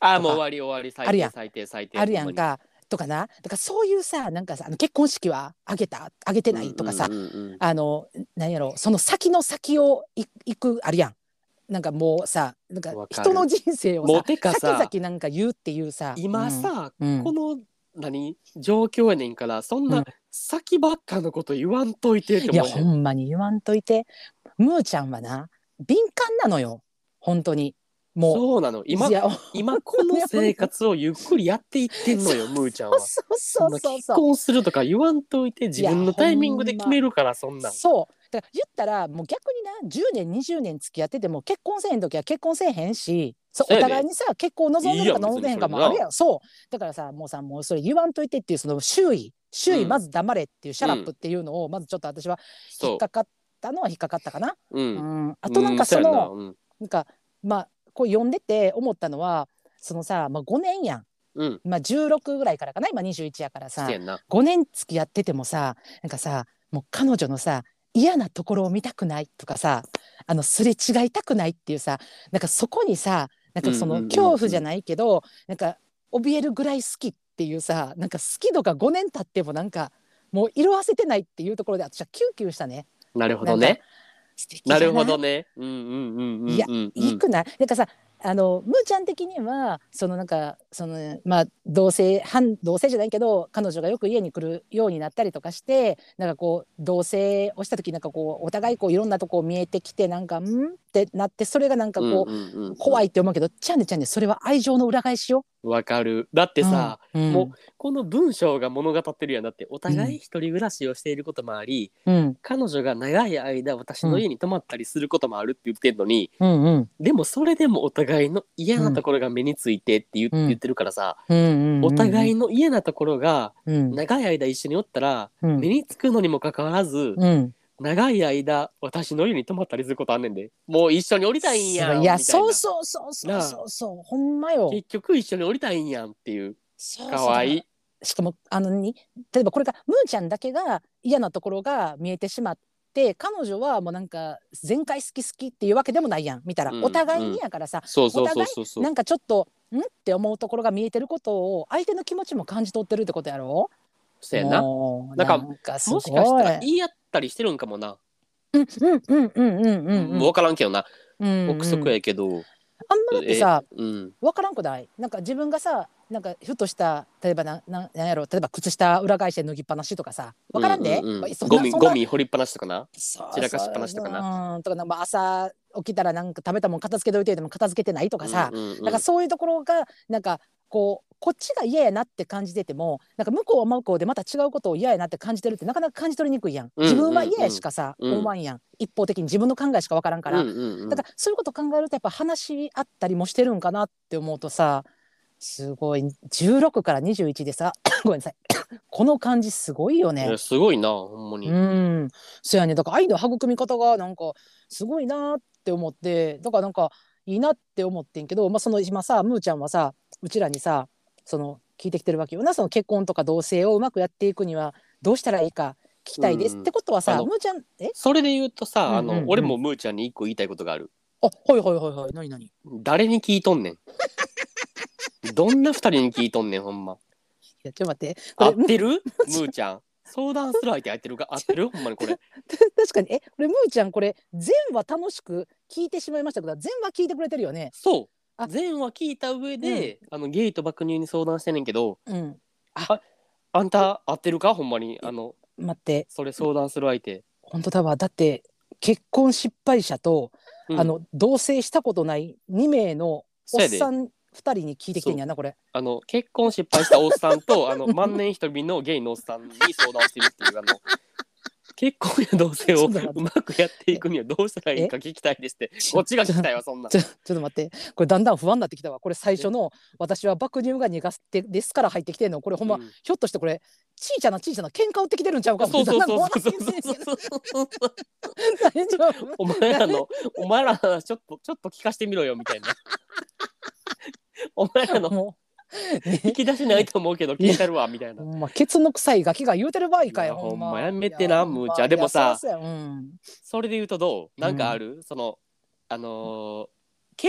ああもう終わり終わり最あるやん低最低最低あるやんかとかなだからそういうさなんかさあの結婚式はあげたあげてないとかさ、 うんうんうんうん、 あのなんやろその先の先をい行くあるやんなんかもうさなんかわかる人の人生をさもうてかさ先々なんか言うっていうさ今さ、 うんこの何状況やねんからそんなうん先ばっかのこと言わんといてっていや思うねん。 ほんまに言わんといてムーちゃんはな敏感なのよ本当にもそうなのう今いや今この生活をゆっくりやっていってんのよムーちゃんは。 そうそんなそうそうそう結婚するとか言わんといて自いや分のタイミングで決めるからそんなん。 そうだから言ったらもう逆になじゅうねんにじゅうねん付き合ってても結婚せえへん時は結婚せえへんしそうそうやでお互いにさ結婚望んでるか望んでへんかもあるやんそうだからさもうさもうそれ言わんといてっていうその周囲周囲まず黙れっていうシャラップっていうのをまずちょっと私は引っかかったのは引っかかったかな。 う、うんうん、あとなんかそうん、 のそうやななんかまあこう読んでて思ったのはそのさ、まあ、ごねんやん、 うん、うん、 まあ、じゅうろくぐらいからかな今にじゅういちやからさしてんな。 ごねん付き合っててもさなんかさもう彼女のさ嫌なところを見たくないとかさあのすれ違いたくないっていうさなんかそこにさなんかそのうんうんうんうん恐怖じゃないけどなんか怯えるぐらい好きっていうさなんか好き度がごねん経ってもなんかもう色あせてないっていうところで私はキュンキュンしたね。 なるほなんかどね。 素敵なるじゃないほどね。うんうんうんうんいや、 うんうん。 いいくない？なんかさ、あのむーちゃん的にはそのなんかそのまあ同性反同性じゃないけど彼女がよく家に来るようになったりとかしてなんかこう同性をした時なんかこうお互いこういろんなとこ見えてきてなんかんってなってそれがなんかこう、 うんうんうんうん、 怖いって思うけどちゃんねちゃんねそれは愛情の裏返しよ。 わかる。だってさ、 うんもうこの文章が物語ってるやん。だってお互うんい一人暮らしをしていることもあり、 うん彼女が長い間私の家に泊まったりすることもあるって言ってんのに、 うんうんでもそれでもお互いの嫌なところが目についてって言,、 うん言ってるからさ、 うんうんお互いのの嫌なところがうん長い間一緒におったら、 うん目につくのにもかかわらず、 うん長い間私の家に泊まったりすることあんねんで、もう一緒に降りたいんやんいやみたいな。 そうそうそうそうそうそうほんまよ。 結局一緒に降りたいんやんっていう。 そうかわいい。 しかもあのに例えばこれがムーちゃんだけが嫌なところが見えてしまって彼女はもうなんか全開好き好きっていうわけでもないやん見たら、 うんお互いにやからさ、 そうそうお互いそうそうそう。 なんかちょっとんって思うところが見えてることを相手の気持ちも感じ取ってるってことやろ。 そうやな。 もうなんかなんかすごいもしかしたら言い合ったりしてるんかもな。 うんうんうんうんうんうんうん分からんけどな。 うん憶測やけど。 あんまだってさえうん分からんくないなんか自分がさなんかふとした例えばなななんやろ例えば靴下裏返して脱ぎっぱなしとかさ分からんで、 うんうんうんまあそんなゴミそんなゴミ掘りっぱなしとかな。 そう散らかしっぱなしとかな。うんとかなんか朝起きたらなんか食べたもん片付けといてでも片付けてないとかさ、 うんうんうんなんかそういうところがなんかこうこっちが嫌やなって感じててもなんか向こうは向こうでまた違うことを嫌やなって感じてるってなかなか感じ取りにくいやん。自分は嫌やしかさ、 うんうんうん思わんやん。一方的に自分の考えしか分からんから、 うんうんうん、 だからそういうこと考えるとやっぱ話し合ったりもしてるんかなって思うとさすごいじゅうろくからにじゅういちでさごめんなさいこの感じすごいよね。 すごいなほんまに。 うんそうやねだから愛の育み方がなんかすごいなって思ってだからなんかいいなって思ってんけど、まあ、その今さむーちゃんはさうちらにさその聞いてきてるわけよなその結婚とか同棲をうまくやっていくにはどうしたらいいか聞きたいです、 うんってことはさあのむーちゃんえそれで言うとさ、 うんうんうんあの俺もむーちゃんに一個言いたいことがある。 あはいはいはいはい何何い誰に聞いとんねん。どんな二人に聞いとんねんほんま。 やちょっと待ってこれ合ってるむーちゃん。相談する相手合ってるか合ってるほんまにこれ。 確かにえこれむーちゃんこれ全話楽しく聞いてしまいましたけど全話聞いてくれてるよね。 そうあ全話聞いた上で、あのゲイと爆乳に相談してんねんけど、 うんあんた合ってるかほんまにあの待ってそれ相談する相手。 本当だわだって結婚失敗者と、 うん、 あの同棲したことないに名のおそうやでっさんふたりに聞いてきてんやなこれ。 あの結婚失敗したおっさんとあの万年一人のゲイのおっさんに相談してるっていうあの結婚や同棲をうまくやっていくにはどうしたらいいか聞きたいですってこっちが聞きたいわそんなちょちょっと待ってこれだんだん不安になってきたわこれ最初の私は爆乳が苦手ですから入ってきてんのこれほんま、 うんひょっとしてこれちいちゃなちいちゃな喧嘩売ってきてるんちゃうかもそうそうそうそうだんだんそう怖いねんけどそう大丈夫お前らのお前らちょっとちょっと聞かしてみろよみたいなお前らのもう、ね引き出しないと思うけど聞いてるわみたいな。 ほんまケツの臭いガキが言うてる場合かよいやほんまほんまやめてなむーちゃんいやでもさいやそうそうやうんそれで言うとどうなんかある、そのあのー結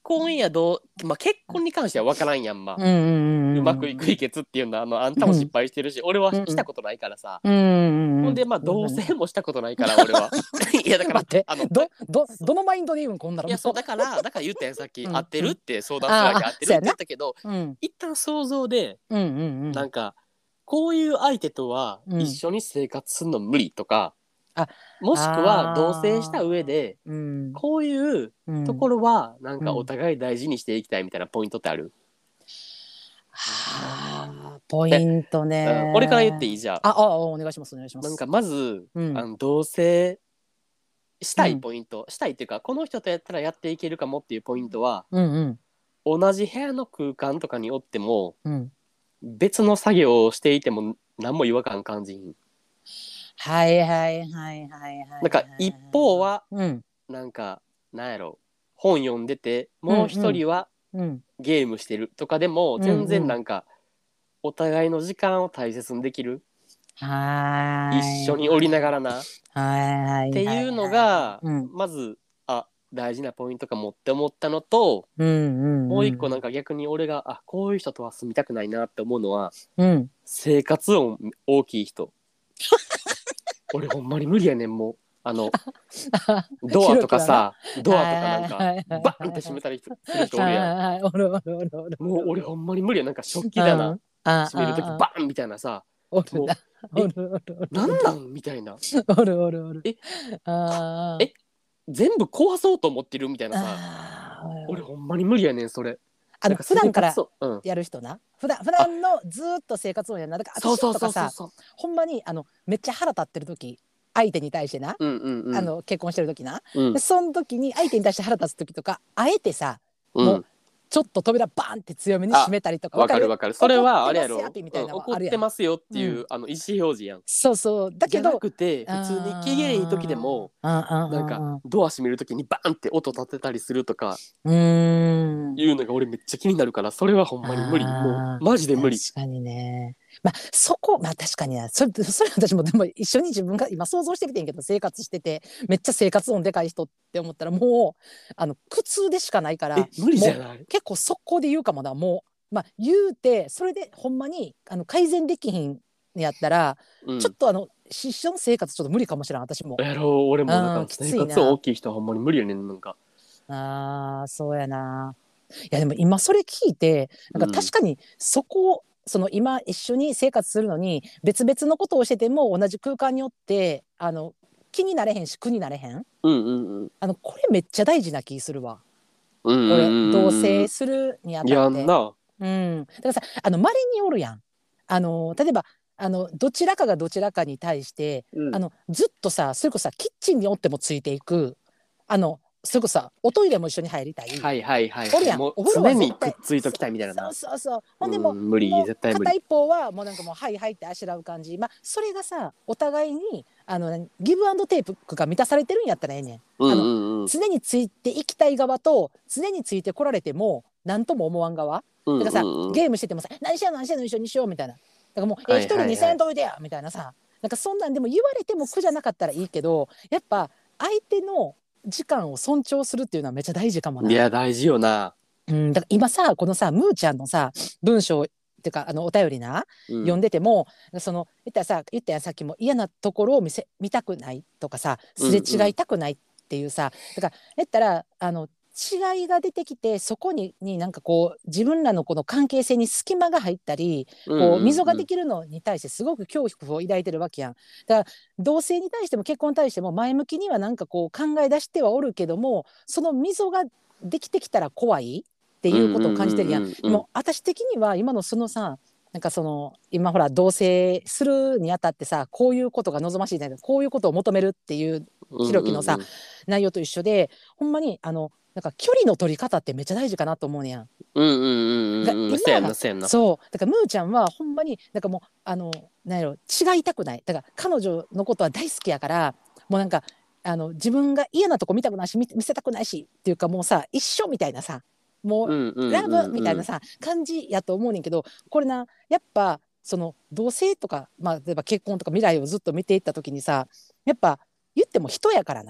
婚やどう、まあ、結婚に関しては分からんやん、まあ、 うんうんうんうんうまくいく秘訣っていうのはあのあんたも失敗してるし、俺はしたことないからさ、 うんうんうんほんでまあ同棲もしたことないから俺はいやだから待ってあのどどどのマインドで言うんこんなのいやそうだからだから言ったやんさっき、 うん合ってるって相談するわけ、 ああ合ってるって言ったけど、 うん一旦想像でうんうんうんなんかこういう相手とはうん一緒に生活するの無理とか、 あもしくは同あ棲した上でーうんこういううんところはなんかうんお互い大事にしていきたいみたいなポイントってある？ はあポで、 イントうん、 ね俺から言っていいじゃん。 ああお願いしますお願いしますなんかまず、 うんあの同棲したうんいポイント、したいっていうかこの人とやったらやっていけるかもっていうポイントは、 うんうん同じ部屋の空間とかにおってもうん別の作業をしていても何も違和感感じひん。 はいはいはいはいはいなんか一方はうんなんかなんやろ、本読んでてもう一人はうんゲームしてるとかでもうん全然なんかお互いの時間を大切にできる、 はい一緒におりながらなっはいはいていうのがうんまずあ大事なポイントかもって思ったのと、 うんうんもう一個なんか逆に俺があこういう人とは住みたくないなって思うのはうん生活音大きい人俺ほんまに無理やねん。もうあのドアとかさドアとかなんかバンって閉めたりする人おるやん。 はいおるおるおるおるもう俺ほんまに無理や。なんか食器棚閉めるときバンみたいなさ、 おるなえおるおるおるなんなんみたいな、 おるおるおるえあえ全部壊そうと思ってるみたいなさ、 あ俺ほんまに無理やねんそれ。 あのなんか普段から生活音うんやる人な普段普段のずーっと生活音やんなだからそうそう私とかさそうそうそうほんまにあのめっちゃ腹立ってる時相手に対してな、 うんうんうんあの結婚してる時な、 うんでその時に相手に対して腹立つ時とかあえてさ、 うんもうちょっと扉バーンって強めに閉めたりとかわかるわかる。それはあれやろ、 怒ってますよみたいなの怒っあるやんてますよっていう、 うんあの意思表示やん。 そうそうだけじゃなどくて普通に機嫌いい時でもななんかドア閉める時にバーンって音立てたりするとかうーんいうのが俺めっちゃ気になるから、それはほんまに無理。 あーもうマジで無理。 確かにねまあそこまあ確かになそれそれ私もでも一緒に自分が今想像してきてんけど生活しててめっちゃ生活音でかい人って思ったらもうあの苦痛でしかないからえ無理じゃもうない？ 結構速攻で言うかもなもうまあ言うてそれでほんまにあの改善できひんやったら、 うん、 ちょっとあの一緒の生活ちょっと無理かもしれん私も。 やろう俺もなんかあーきついな生活音大きい人はほんまに無理やねん。なんかあーそうやな。いやでも今それ聞いてなんか確かにそこを、その今一緒に生活するのに別々のことをしてても同じ空間によってあの気になれへんし苦になれへん、 うんうんうんあのこれめっちゃ大事な気するわ。 うんうんこれうんうん同棲するにあたって。 やんな。 うん、だからさあの稀におるやん。あの例えばあのどちらかがどちらかに対して、 うんあのずっとさそれこそさキッチンにおってもついていくあのそれこそさおトイレも一緒に入りたい、 はいはいはい、 おるやんもうお風呂は常に絶対くっついときたいみたいなな。 そうそうそうほんでもう、 うん無理もう絶対無理片一方はもうなんかもうはいはいってあしらう感じ、まあそれがさお互いにあの何ギブアンドテークが満たされてるんやったらええねん。 うんあのうんうん常についていきたい側と常についてこられても何とも思わん側うんだからさ、 うんうんゲームしててもさ何しよう何しよう一緒にしようみたいなだからもう、 はいはいはいえ一人にせんといてやみたいなさなんかそんなんでも言われても苦じゃなかったらいいけどやっぱ相手の時間を尊重するっていうのはめっちゃ大事かもな。 いや大事よな。 うん、だから今さこのさムーちゃんのさ文章っていうかあのお便りな、 うん読んでてもその言ったらさ言ったやんさっきも嫌なところを見せ見たくないとかさすれ違いたくないっていうさ、だから言ったらあの違いが出てきてそこにになんかこう自分らのこの関係性に隙間が入ったりこう溝ができるのに対してすごく恐怖を抱いてるわけやん。だから同性に対しても結婚に対しても前向きにはなんかこう考え出してはおるけどもその溝ができてきたら怖いっていうことを感じてるやん。 うんうんうんうんでも私的には今のそのさなんかその今ほら同棲するにあたってさこういうことが望ましいんだけどこういうことを求めるっていうひろきのさ、 うんうんうん内容と一緒でほんまにあのなんか距離の取り方ってめっちゃ大事かなと思うねやん。 うんうんうんが今うんうんそうやんなそうやんな。 そうだからムーちゃんはほんまになんかもうあのなんやろ違いたくないだから彼女のことは大好きやからもうなんかあの自分が嫌なとこ見たくないし見見せたくないしっていうかもうさ一緒みたいなさもう、 うんうんうんうんラブみたいなさ感じやと思うねんけどこれなやっぱその同性とか、まあ、例えば結婚とか未来をずっと見ていった時にさやっぱ言っても人やからな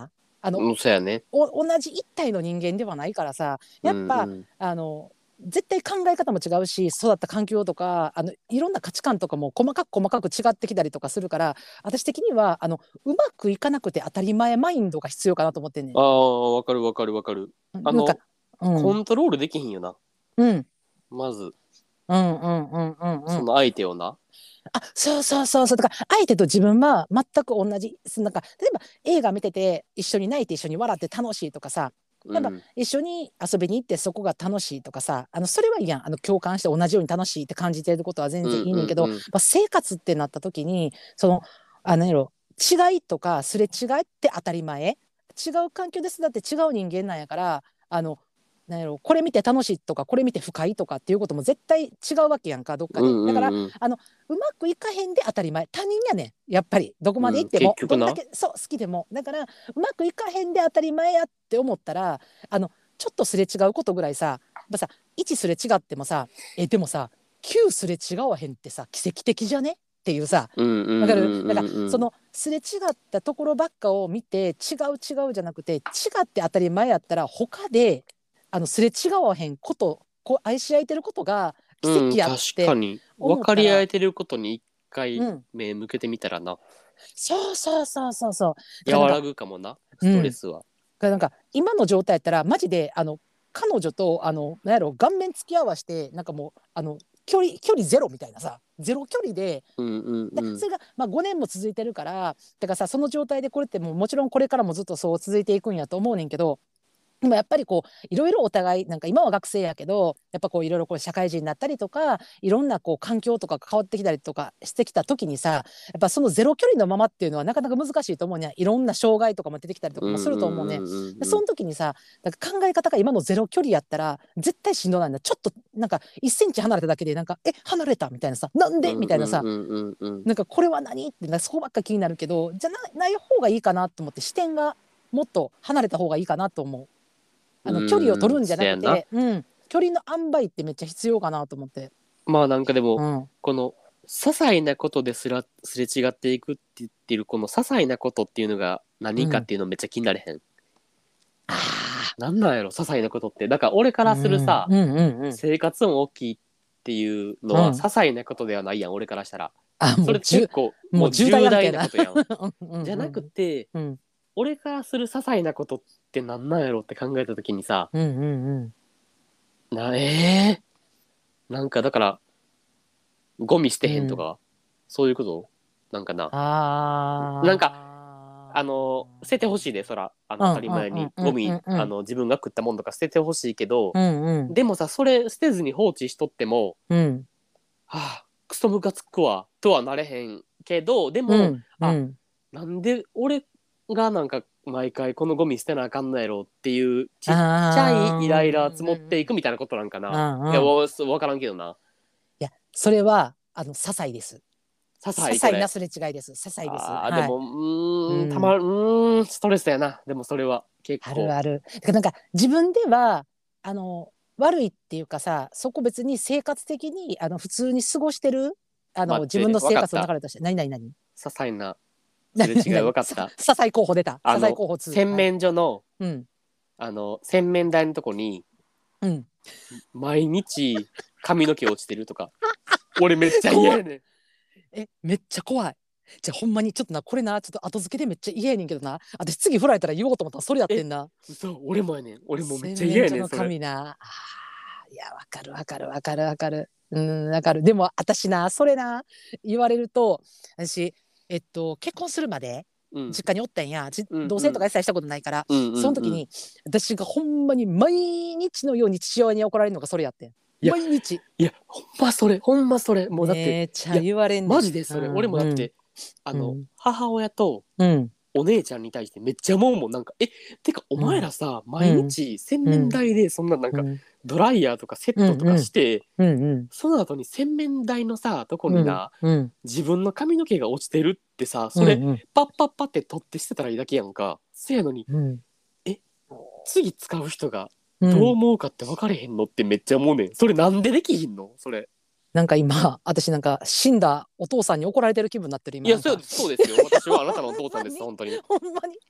あの、 うん、そうやね。 お同じ一体の人間ではないからさ、やっぱ、 うんうん、 あの絶対考え方も違うし、育った環境とかあのいろんな価値観とかも細かく細かく違ってきたりとかするから、私的にはあのうまくいかなくて当たり前マインドが必要かなと思ってんねああ、わかるわかるわかる。 ん。なんか、 あの、コうんントロールできひんよな。 うんまず、 うんうんうんうんうん。 その相手をな。 あ、そうそうそうそう。だから相手と自分は全く同じ。そなんか例えば映画見てて一緒に泣いて一緒に笑って楽しいとかさ、やっぱうん。 一緒に遊びに行ってそこが楽しいとかさ、あのそれはいいやん。あの共感して同じように楽しいって感じてることは全然いうんいねんけど、 うんうん。 まあ、生活ってなった時にそのあのやろ違いとかすれ違いって当たり前。違う環境で育って違う人間なんやから、あのなんやろこれ見て楽しいとかこれ見て不快とかっていうことも絶対違うわけやんか、どっかうんうで。だからんうん。 あのうまくいかへんで当たり前。他人やねんやっぱり。どこまでうん、 行ってもどんだ結局な。 けそう好きでも。だからうまくいかへんで当たり前やって思ったら、あのちょっとすれ違うことぐらいさ、やっぱさいちすれ違ってもさ、えでもさきゅうすれ違わへんってさ奇跡的じゃねっていうさ。 うんうわかる。 んうんだからうんうん。 そのすれ違ったところばっかを見て違う違うじゃなくて、違って当たり前やったら他であのすれ違わへんこと、こう愛し合えてることが奇うん、 跡やっ確かてに。分か思ったら、 り合えてることに一回うん目向けてみたらな。 そうそうそうそうそう。だからなんか、 和らぐかもな、ストレうん。 スは。 だからなんか今の状態やったらマジであの彼女とあのなんやろ顔面付き合わしてなんかもうあの距離距離ゼロみたいなさ、ゼロ距離で。 うんうんでうん。 それがまあごねんも続いてるから、だからさその状態でこれってもうもちろんこれからもずっとそう続いていくんやと思うねんけど、でもやっぱりこういろいろお互いなんか今は学生やけどやっぱこういろいろこう社会人になったりとかいろんなこう環境とか変わってきたりとかしてきた時にさ、やっぱそのゼロ距離のままっていうのはなかなか難しいと思うにゃ。いろんな障害とかも出てきたりとかもするとうんうん思うね。 うんうんでその時にさ、なんか考え方が今のゼロ距離やったら絶対しんどないんだ。ちょっとなんかいっセンチ離れただけでなんかえ離れたみたいなさ、なんうんでみたいなさ、 うんうんうん。 なんかこれは何ってなんかそこばっか気になるけど、じゃなない方がいいかなと思って、視点がもっと離れた方がいいかなと思う。あの距離を取るんじゃなくて、うん、距離の塩梅ってめっちゃ必要かなと思って。 まあなんかでも、 うん、 この些細なことですらすれ違っていくって言ってるこの些細なことっていうのが何かっていうのめっちゃ気になれへん。 あなんなんやろ些細なことって。だから俺からするさ、 うんうんうんうん、 生活音大きいっていうのは些うん、 細なことではないやん、俺からしたら。それあもうじゅ結構もうもう重重大案件な。 大なことやん。 うんうんじゃなくて、 うん俺からする些細なことってなんなんやろって考えた時にさ、 うんうんなえー、なんかだからゴミ捨てへんとうん、 か、そういうことなんかな。なんかああの捨ててほしいで、そらあのあ当たり前にうんうんうゴミ、 んうんあの自分が食ったもんとか捨ててほしいけど、 うんうんでもさそれ捨てずに放置しとっても、 うんはあクソムカつくわとはなれへんけど、でも、 うんうあん、 なんで俺がなんか毎回このゴミ捨てなあかんのやろっていうちっちゃいイライラ積もっていくみたいなことなんかな。いやうんうん、 わ分からんけどな。 いやそれはあの些細です。 些些細これ。 細なすれ違いです。些細です。はい。 あーでもううーんたまん。 うーんストレスやな。でもそれは結構。 あるある。だからなんか自分ではあの悪いっていうかさ、そこ別に生活的にあの普通に過ごしてるあの待って自分の生分かった。 活の流れとして、何何何些細なすれ違い何何何さ分かった。 些細候補出た。些あの細候補ツー。 洗はい。 面所のうんあの洗面台のとこにうん。 毎日髪の毛落ちてるとか、俺めっちゃ嫌やねん。 えめっちゃ怖い。じゃあほんまにちょっとなこれなちょっと後付けでめっちゃ嫌やねんけどな。私次振られたら言おうと思ったらそれやってんな。 嘘、俺もやねん。俺もめっちゃ洗嫌やねん、 面所のそれ。 神な。あーいやわかるわかるわかるわかる。うんわかる。でも私なそれな言われると、私えっと結婚するまでうん。 実家におったんや。じうん同棲とか一切したことないから、 うんうんうん。 その時に私がほんまに毎日のように父親に怒られるのがそれやってん。 いや毎日いや、ほんまそれ、ほんまそれ。もうだって、 めっちゃ言われんねん。 マジでそれ。俺もだって、あの、 うん母親とうんお姉ちゃんに対してめっちゃ思うもん。なんか、え、てかお前らさ、毎日洗面台でそんななんか、 うんドライヤーとかセットとかして、 うんうんその後に洗面台のさ、とこにな、 うん自分の髪の毛が落ちてるってさ、それ、 うんパッパッパって取って捨てたらいいだけやんか。せやのに、 うん次使う人がうんどう思うかって分かれへんのってめっちゃ思うねん。それなんでできひんのそれ。 なんか今私なんか死んだお父さんに怒られてる気分になってる今。 いや、 なんかそうです、そうですよ。私はあなたのお父さんです、本当に。 ほんまにパパ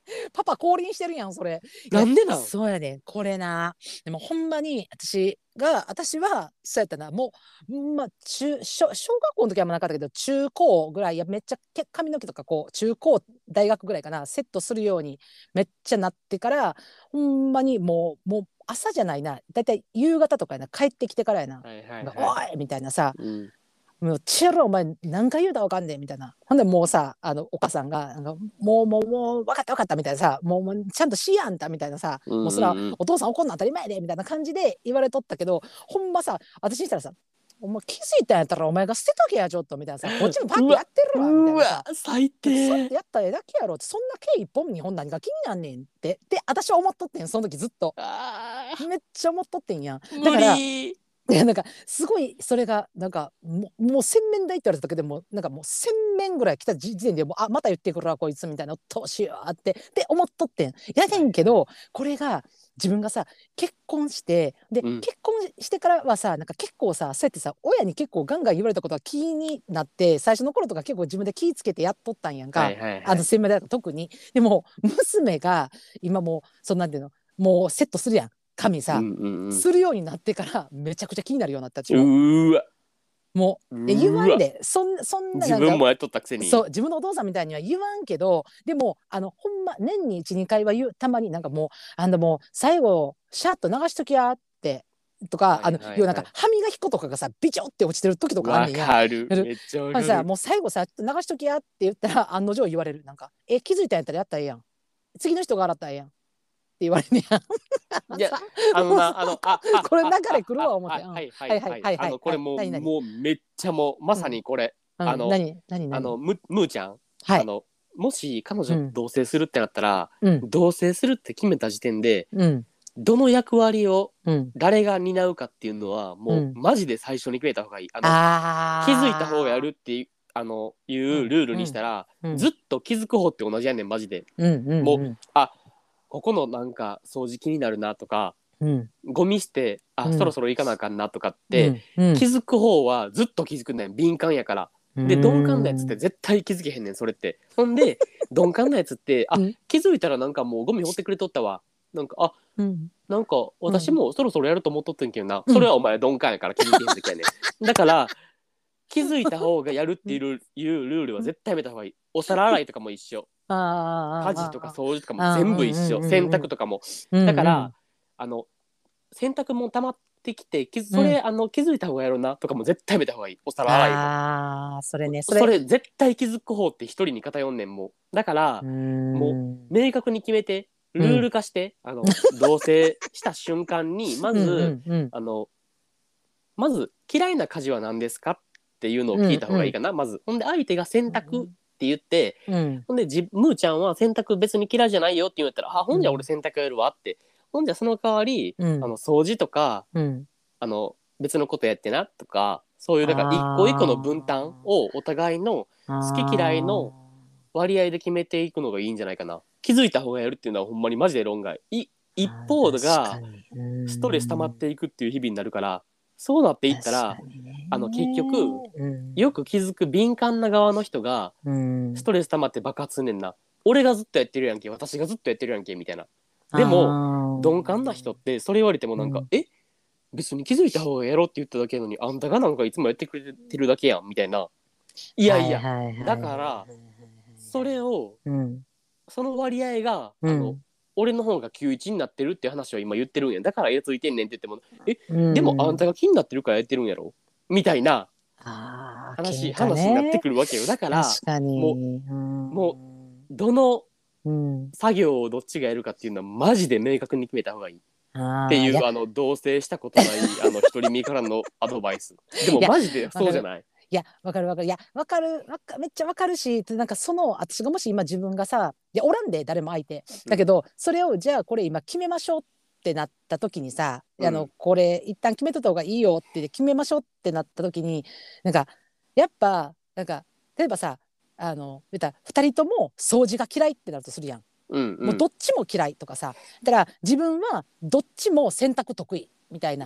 パ降臨してるやんそれ。 なんでなん？ そうやねこれな。でもほんまに私が私はそうやったな。もうまあ中小小学校の時はあんまなかったけど中高ぐらいいやめっちゃけ髪の毛とかこう中高大学ぐらいかなセットするようにめっちゃなってからほんまにもうもう朝じゃないなだいたい夕方とかやな帰ってきてからやな。 はいはいなんかはおいみたいなさ、 い。うん。 もうチェロお前何回言うたらわかんねえみたいな。ほんでもうさあのお母さんがなんかもうもうもう分かった分かったみたいなさもうもうちゃんとしやんたみたいなさ、 うんうんうん、 もうそらお父さん怒んの当たり前でみたいな感じで言われとったけどほんまさ私にしたらさお前気づいたんやったらお前が捨てとけやちょっとみたいなさこっちもパッてやってるわみたいなさ最そうやっ低。 てやったらええだけやろってそんな経緯一本に本何が気になんねんってで私は思っとってんその時ずっとあめっちゃ思っとってんやんだ無から理。 いやなんかすごいそれがなんかもうもう洗面台って言われただけでもなんかもう洗面ぐらい来た時点でもうあまた言ってくるわこいつみたいなうっとうしいわってって思っとってんやねんけどこれが自分がさ結婚してで、 うん結婚してからはさなんか結構さそうやってさ親に結構ガンガン言われたことが気になって最初の頃とか結構自分で気ぃつけてやっとったんやんか、 はいはいはい。 あの洗面台とか特に。でも娘が今もうそんなんていうのもうセットするやん髪さ、 うんうんうん、 するようになってからめちゃくちゃ気になるようになったう私も。 ーわ。 もうえ言わんでそんそんななんか自分もやっとったくせに。 そう自分のお父さんみたいには言わんけどでもあのほんま年にいち、にかいは言うたまになんかもうあのもう最後シャッと流しときやってとか、 はいはいはい、 あの要はなんか歯磨き粉とかがさビチョって落ちてる時とかあんわねんや。 かる。 やるめっちゃわあかる。 のさもう最後さちょっと流しときやって言ったら案の定言われるなんかえ気づいたんやったらやったらええやん次の人が洗ったらええやんって言われるやん。 いや、あのな、あの、あ、あ、 これ流あれ来るわあ思って。 あうんはいはいはいはいはいはいはいあの、これもう、 はい何もうめっちゃもう、まさにこれ、 々うんあの、 何何何あの、む、むーちゃん、 はいあの、もし彼女とうん同棲するってなったら、 うん同棲するって決めた時点で、 うんどの役割をうん誰が担うかっていうのは、もう、 うんマジで最初に決めた方がいい。あの、 あ気づいた方がやるっていう、あの、いううんルールにしたら、 うんずっと気づく方って同じやねん、マジで。 うんうんもう、 うんあ、ここのなんか掃除気になるなとか、 うんゴミ捨てあ、 うんそろそろ行かなあかんなとかって、 うん気づく方はずっと気づくねん敏感やから。で鈍感なやつって絶対気づけへんねんそれって。ほんで鈍感なやつってあ、 うん気づいたらなんかもうゴミ放ってくれとったわ、なんかあうんなんか私もそろそろやると思っとってんけどな、 うんそれはお前鈍感やから気づけへん時やねんだから気づいた方がやるっていうルいうルールは絶対やめた方がいい。お皿洗いとかも一緒、 あ家事とか掃除とかもあー全部一緒、 うんうんうんうん洗濯とかも。 うんだからあの洗濯も溜まってきて気づそれ、 うんあの気づいた方がやろうなとかも絶対やめた方がいい。お皿洗いもああそれねそそれれ絶対気づく方って一人に偏んねん。もうだからももう明確に決めてルール化して、あの同棲した瞬間にまず、 うんうんあのまず嫌いな家事は何ですかっていうのを聞いた方がいいかな、まず。ほんで相手が洗濯って言って、 うんほんでじむーちゃんは洗濯別に嫌いじゃないよって言うんやったら、あほんじゃ俺洗濯やるわって、ほんじゃその代わり、 うんあの掃除とかうんあの別のことやってなとか、そういうだから一個一個の分担をお互いの好き嫌いの割合で決めていくのがいいんじゃないかな。気づいた方がやるっていうのはほんまにマジで論外。い一方がストレス溜まっていくっていう日々になるから、そうなっていったら、あの結局よく気づく敏感な側の人がストレス溜まって爆発すんねんな。俺がずっとやってるやんけ、私がずっとやってるやんけみたいな。でも鈍感な人ってそれ言われてもなんか、うん、え別に気づいた方がやろうって言っただけなのにあんたがなんかいつもやってくれてるだけやんみたいな。いやいや、はいはいはいはい、だからそれを、うん、その割合が、うん、あの俺の方がきゅういちになってるって話を今言ってるんや。だからやついてんねんって言ってもえ、うん、でもあんたが気になってるからやってるんやろみたいな話、話になってくるわけよ。だからもう、うん、もうどの作業をどっちがやるかっていうのはマジで明確に決めた方がいいっていう、あの同棲したことないあの独り身からのアドバイス。でもマジでそうじゃない？ いやわかるわかるいやわかるわかめっちゃわかるし、なんかその私がもし今自分がさいやおらんで誰も相手だけど、うん、それをじゃあこれ今決めましょうってなった時にさ、うん、あのこれ一旦決めとった方がいいよって決めましょうってなった時になんかやっぱなんか例えばさあの言ったらふたりとも掃除が嫌いってなるとするやん。うんうん、もうどっちも嫌いとかさだから自分はどっちも洗濯得意みたいな、うん、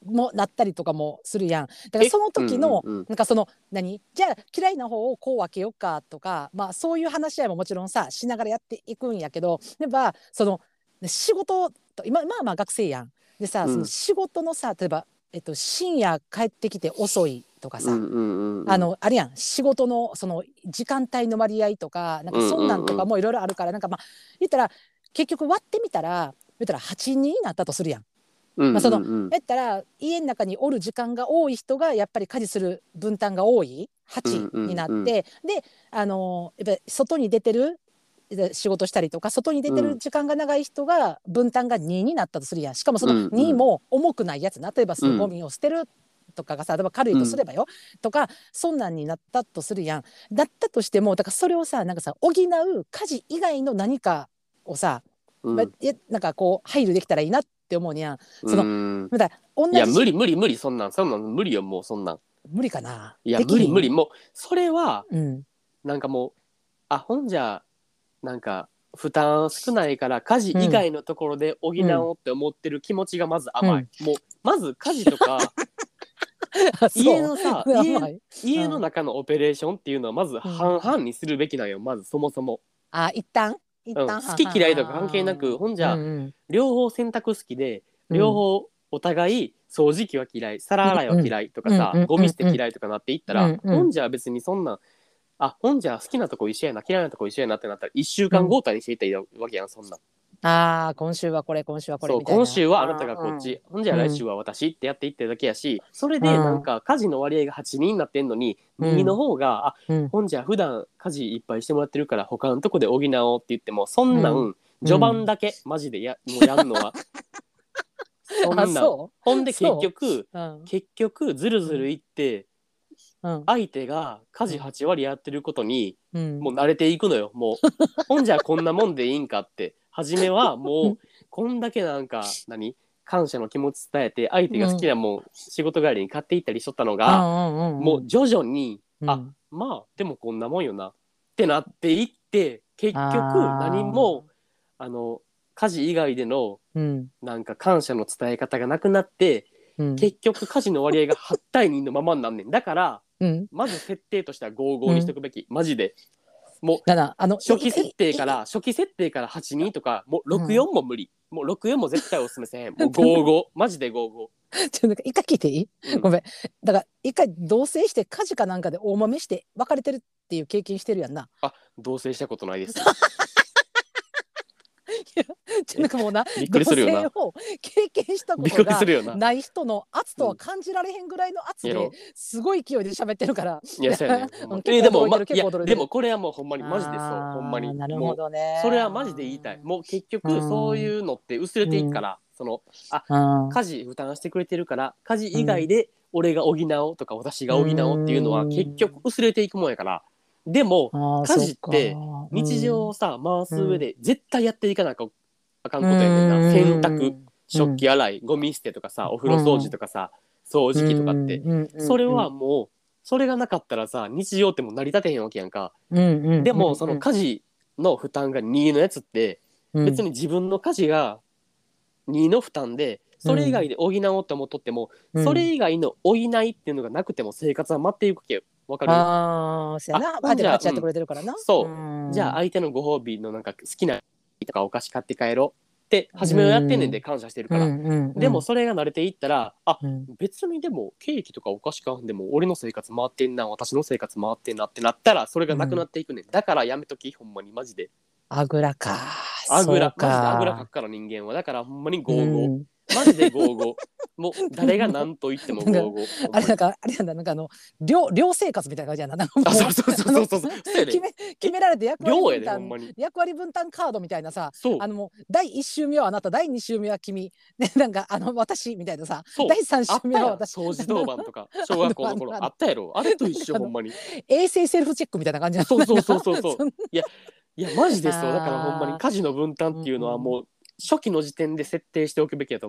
もなったりとかもするやん。だからその時の、 うんうんうん、 なんかその何じゃあ嫌いな方をこう分けようかとか、まあそういう話し合いももちろんさしながらやっていくんやけど、やっぱその仕事と今まあまあ学生やん。でさ、その仕事のさ例えば、えっと、深夜帰ってきて遅いとかさ、 うんうんうんうん、 あのあれやん仕事のその時間帯の割合とかなんかそんなんとかもいろいろあるから、なんかまあ言ったら結局割ってみたら言ったらはちにんになったとするやん。 うんうんうん、 まあ、そのやったら家の中におる時間が多い人がやっぱり家事する分担が多いはちになって、うんうんうん、であのやっぱり外に出てる仕事したりとか外に出てる時間が長い人が分担がにになったとするやん。しかもそのにも重くないやつな、例えばそのゴミを捨てるとかがさ、例えば軽いとすればよ、うん、とかそんなんになったとするやん。だったとしてもだからそれをさなんかさ補う家事以外の何かをさ、うん、まあ、なんかこう配慮できたらいいなって思うにゃん。そのうんだ同じいや無理無理無理そんなんそんなん無理よもうそんなん無理かな。 いや無理無理もうそれは、 うん、 なんかもうあほんじゃなんか負担少ないから家事以外のところで補おうって思ってる気持ちがまず甘い、うん、もうまず家事とか家のさ 家, 家の中のオペレーションっていうのはまず半々にするべきなんよ、まずそもそも。 あ一旦一旦、 うん、好き嫌いとか関係なくほんじゃ、うんうん、両方洗濯好きで両方お互い掃除機は嫌い皿洗いは嫌いとかさ、うんうん、ゴミ捨て嫌いとかなっていったら、うんうん、ほんじゃ別にそんなあほんじゃ好きなとこ一緒やな嫌いなとこ一緒やなってなったらいっしゅうかん交代にしていったらいいわけやんそんな。 あ今週はこれ今週はこれみたいな。 そう今週はあなたがこっち、うん、ほんじゃ来週は私ってやっていってるだけやし、それでなんか家事の割合がはちにんになってんのに、うん、にの方が、うん、あほんじゃ普段家事いっぱいしてもらってるから他のとこで補おうって言ってもそんなん、うん、序盤だけマジでやもうやんのはそんなんほんで結局、うん、結局ずるずるいって、うん、相手が家事はち割やってることに、うん、もう慣れていくのよもうほんじゃこんなもんでいいんかって初めはもうこんだけなんか何感謝の気持ち伝えて相手が好きなもん、うん、仕事帰りに買っていったりしとったのが、うんうんうん、もう徐々に、うん、あまあでもこんなもんよなってなっていって結局何もあの家事以外での、うん、なんか感謝の伝え方がなくなって、うん、結局家事の割合がはち対にのままになんねん。だから、うん、まず設定としてはごじゅうごにしとくべき、うん、マジでもうあの初期設定から初期設定からはちにんとかもうろくじゅうよんも無理、うん、もうろくじゅうよんも絶対おすすめせへんもうごじゅうごマジでごじゅうごちょなんか一回聞いていい、うん、ごめんだから一回同棲して家事かなんかで大揉めして別れてるっていう経験してるやんな。 あ同棲したことないですいやちょなんかもうなびっくりするよな同棲を経験したことがない人の圧とは感じられへんぐらいの圧ですごい勢いで喋ってるから、 いやそうやねえでも、ま、いやでもこれはもうほんまにマジでそうほんまになるほどねそれはマジで言いたい。もう結局そういうのって薄れていくから、そのあ家事負担してくれてるから家事以外で俺が補おうとか私が補おうっていうのは結局薄れていくもんやから。でも家事って日常をさ回す上で絶対やっていかなあかんことやねんな。洗濯食器洗いゴミ捨てとかさお風呂掃除とかさ掃除機とかってそれはもうそれがなかったらさ日常ってもう成り立てへんわけやんか。でもその家事の負担がにのやつって別に自分の家事がにの負担でそれ以外で補おうと思っとってもそれ以外の補いっていうのがなくても生活は回っていくわけよ。わかる？ ああ、そうやな。あ、でもあっちやってくれてるからな。 うん、そう。じゃあ相手のご褒美のなんか好きなとかお菓子買って帰ろうって初めはやってんねんで感謝してるから。でもそれが慣れていったら、あ、うん、別にでもケーキとかお菓子買うんでも俺の生活回ってんな、私の生活回ってんなってなったらそれがなくなっていくねん。だからやめときほんまにマジで。 あぐらか。 あぐらマジであぐらかくから人間はだからほんまにゴーゴー。うんマジでごじゅうごもう誰が何と言ってもごじゅうごあれなんかあれなんだなんかあの寮寮生活みたいな感じやな。なんかもうあそうそうそうそうそう決め決められて役割分担役割分担カードみたいなさあのもうだいいち週目はあなただいに週目は君でなんかあの私みたいなさだいさん週目は私掃除当番とか小学校の頃あったやろあれと一緒ほんまに衛生セルフチェックみたいな感じなそうそうそうそうそういやいやマジですよだからほんまに家事の分担っていうのはもう初期の時点で設定しておくべきやと思う。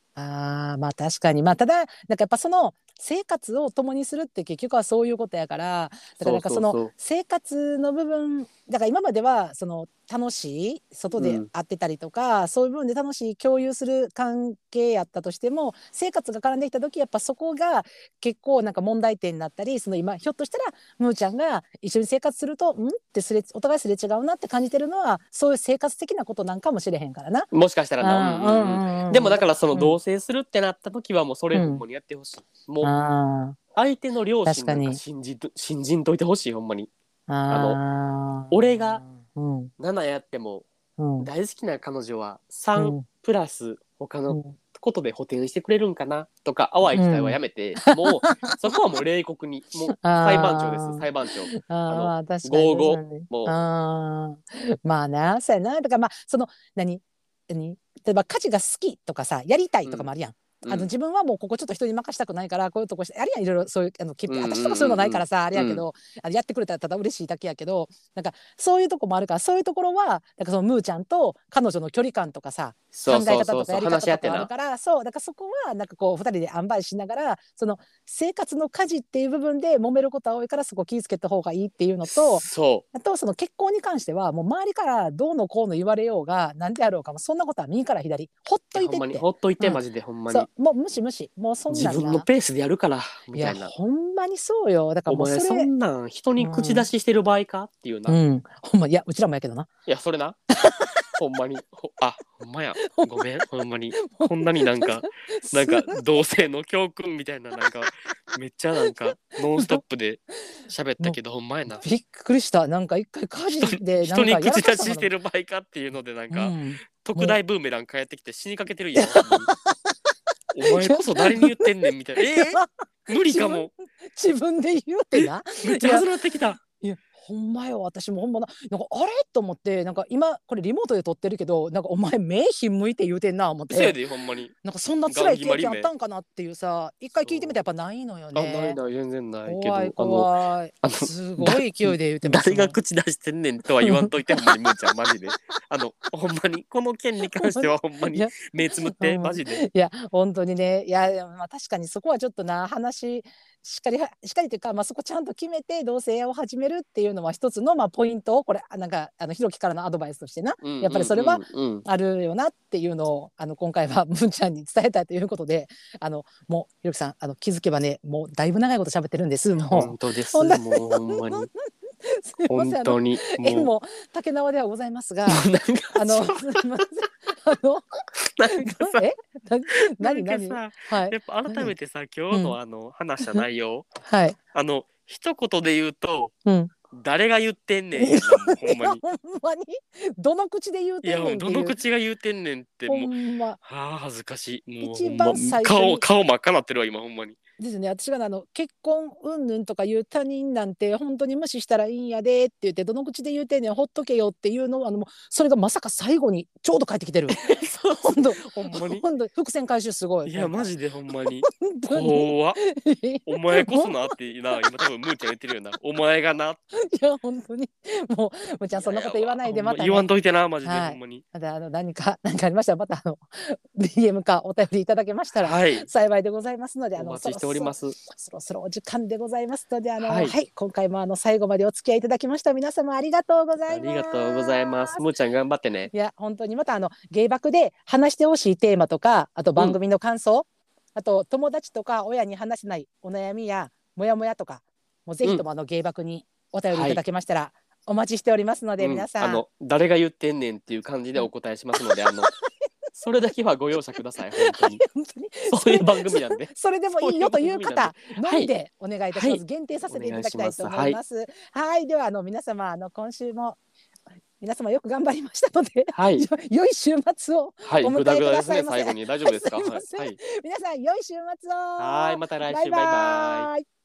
ああ、まあ確かに。まあただ、なんかやっぱその生活を共にするって結局はそういうことやから、だからそうなんかそのそうそ生活の部分、だから今まではその楽しい外う。うでん。 会ってたりとか、そういう部分で楽しい共有する関係やったとしても、生活が絡んできた時やっぱそこが結構なんか問題点になったり、その今ひょっとしたらむーちゃんが一緒に生活すると、んってすれお互いすれ違うなって感じてるのは、そういう生活的なことなんかもしれへんからな。 もしかしたらな。うんうんううんうん。でんうんうん。だもだからそのうん。 同棲するってなった時はもうそれうんほんまにやってほしい。もうああ、 相手の両親なんか確かに。 信じと信じんといてほしいほんまに。あのあ俺があ、うん、 ななやってもうん、 大好きな彼女はさんうん、 プラス他のうん、 ことで補填してくれるんかなとか淡い期待はうん。 やめて、もうそこはもう冷酷にもう裁判長ですあ裁判長。 あ、ああ、 あのまあ確かに合々 確かに。 もああ、まあな、そうやな。だからまあ、その、何、何、例えば家事が好きとかさ、やりたいう、うんとかもあるやん。あのうん自分はもうここちょっと人に任したくないからこういうとこしてあるやん、いろいろそういうあの決定、 うんうん私とかそういうのないうんからさあれうんうんやけど、あのやってくれたらただ嬉しいだけやけど、なんかそういうとこもあるから、そういうところはなんかそのムーちゃんと彼女の距離感とかさ、 そう考えそうそうそう方とかやり方とかある話し合ってな。 から、そうだからそこはなんかこうふたりで塩梅しながら、その生活の舵っていう部分で揉めることは多いから、そこ気をつけた方がいいっていうのと、 そあとその結婚に関してはもう周りからどうのこうの言われようが何であろうかもそんなことは右から左ほっういやほんといてって。 まにほっというん、 てマジでほんまにそうもう無視無視、もうそん自なんな。 分のペースでやるからいやみたいな。 ほんまにそうよ。だからお前そもうそれ、 んなん人うに口出ん、 ししてる場合かっていうな。 うんほんま、いやうちらもやけどな。 いやそれな。ほんまにほあほんまやごめんほんまにこんなになんかなんか同性の教訓みたいななんかめっちゃなんかノンストップで喋ったけどほんまやな。 びっくりした。なんか一回家人に事でなん人にかやら口出ししかしたのかと思ってる場合かっていうのでなんた。うかん。 特もう大ブーメラン返ってきて死にかけてるやんほんまに。お前こそ誰に言ってんねんみたいな。えー、無理かも。 自分で言うてな。 めっちゃ始まってきた。 いやほんまよ、私もほんまな、なんかあれと思って、なんか今これリモートで撮ってるけど、なんかお前目ひんむいて言うてんな思って、 せいでほんまに。 なんかそんな辛い経験あったんかなっていうさ、一回聞いてみたらやっぱないのよあないね。 ない全然ないけ怖いどあの怖い。 あのすごだい勢いで言うてます誰がもん。 口出してんねんとは言わんといてほんまにむーちゃんマジで。あのほんまにこの件に関してはほんまにいや、 目つむっうん、 てマジで。 いや本当にね、いやまあ確かにそこはちょっとな話しっかりはしっかりというか、まあ、そこちゃんと決めて同棲を始めるっていうのは一つのまあポイントを、これあなんかあのひろきからのアドバイスとしてな、 うんやっぱりそれはうんうんあるよなっていうのをあの今回は文ちゃんに伝えたいということで、あのもうひろきさんあの気づけばねもうだいぶ長いこと喋ってるんです。も本当ですほんともうほんまにすいません、あの本当にもう縁も竹縄ではございますが、 もうなんかあのすいません、あのなんかさえななんか何何さはいやっぱ改めてさ今日のあの話した内容はいあの一言で言うとうん誰が言ってんねんいややなもうほんまに。 ほんまにどの口で言ういやもうどてんねんっていう、 の口が言うてんねんってほもうんまはあ恥ずかしいもうほん一番ま顔最初に顔真っ赤なってるわ今ほんまに。 ですね、私がねあの結婚云々とかいう他人なんて本当に無視したらいいんやでって言って、どの口で言うてんねんほっとけよっていうのを、あのもうそれがまさか最後にちょうど帰ってきてる。 そう本当ほんまに。 本当伏線回収すごい。 いやマジでほんまに本当に怖っ。 いお前こそなってな今多分ムーちゃん言ってるよなお前がな。 や本当にもうむちゃんそんなこと言わないで、またね、 言わんといてなマジではい、 ほんまに。 またあの何か何かありましたらまたあの ディーエム かお便りいただけましたらはい幸いでございますので、あのお待ちしております。 そろそろお時間でございますので、あの、 ははいい、今回もあの最後までお付き合いいただきました皆様ありがとうござあいます。 りがとうございます。ムーちゃん頑張ってね。 いや本当にまたあの芸爆で話してほしいテーマとか、あと番組の感想、あと友達とか親に話せないお悩みやモヤモヤとか、もうぜひともあの芸爆にお便りいただけましたらお待ちしておりますので、 うん皆さんあの誰が言ってんねんっていう感じでお答えしますのであのそれだけはご容赦ください本当に。 本当にそういう番組なんで。 それでもいいよという方のみでお願いいたします。 はい限定させていただきたいと思います。はい、はいではあの皆様あの今週も皆様よく頑張りましたので、 はい、 良い週末をはい、 お迎えぐだぐだくだですねさいませ。 最後に大丈夫ですか。 はいすいませんはい、 皆さん良い週末を。 はい、また来週バイババイバイ。 イ。